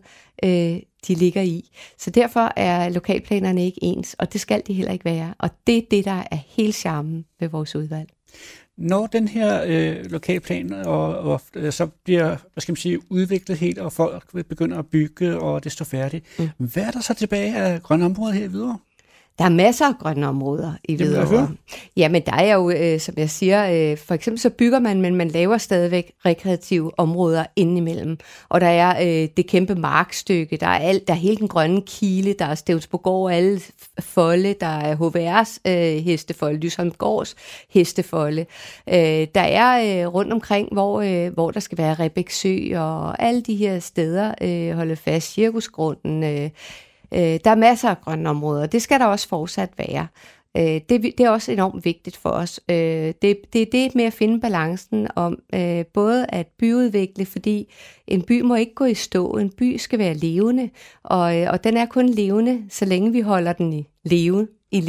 de ligger i. Så derfor er lokalplanerne ikke ens, og det skal de heller ikke være. Og det er det, der er helt charmen ved vores udvalg. Når den her lokalplan og så bliver, udviklet helt, og folk begynder at bygge, og det står færdigt, hvad er der så tilbage af grønne områder her i Hvidovre? Der er masser af grønne områder i Hvidovre. Jamen, der er jo, som jeg siger, for eksempel så bygger man, men man laver stadigvæk rekreative områder indimellem. Og der er det kæmpe markstykke, der er hele den grønne kile, der er Stevnsborggård, alle folde, der er HVR's hestefolde, Lysholmgårds hestefolde. Der er rundt omkring, hvor der skal være Rebæk Sø og alle de her steder, holde fast, Cirkusgrunden. Der er masser af grønne områder, det skal der også fortsat være. Det er også enormt vigtigt for os. Det er det med at finde balancen om både at byudvikle, fordi en by må ikke gå i stå, en by skal være levende, og den er kun levende, så længe vi holder den i live,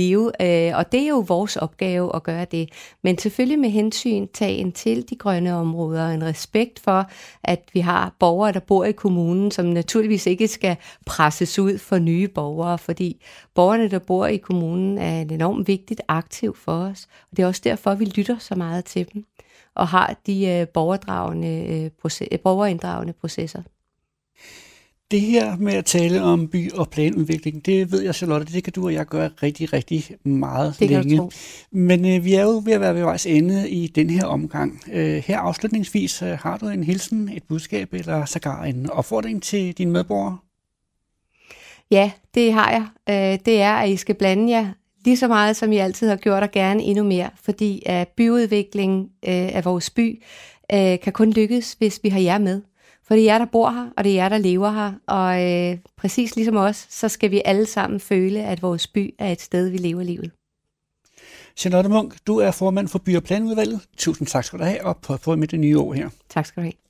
og det er jo vores opgave at gøre det. Men selvfølgelig med hensyn tagen til de grønne områder, en respekt for, at vi har borgere, der bor i kommunen, som naturligvis ikke skal presses ud for nye borgere, fordi borgerne, der bor i kommunen, er et enormt vigtigt aktiv for os. Og det er også derfor, vi lytter så meget til dem, og har de borgerinddragende processer. Det her med at tale om by- og planudvikling, det ved jeg, Charlotte, det kan du og jeg gøre rigtig, rigtig meget længe. Men vi er jo ved at være ved vejs ende i den her omgang. Her afslutningsvis, har du en hilsen, et budskab eller sågar en opfordring til dine medborgere? Ja, det har jeg. Det er, at I skal blande jer lige så meget, som I altid har gjort, og gerne endnu mere, fordi byudvikling af vores by kan kun lykkes, hvis vi har jer med. For det er jer, der bor her, og det er jer, der lever her. Og præcis ligesom os, så skal vi alle sammen føle, at vores by er et sted, vi lever livet. Charlotte Munch, du er formand for By- og Planudvalget. Tusind tak skal du have, og på med det nye år her. Tak skal du have.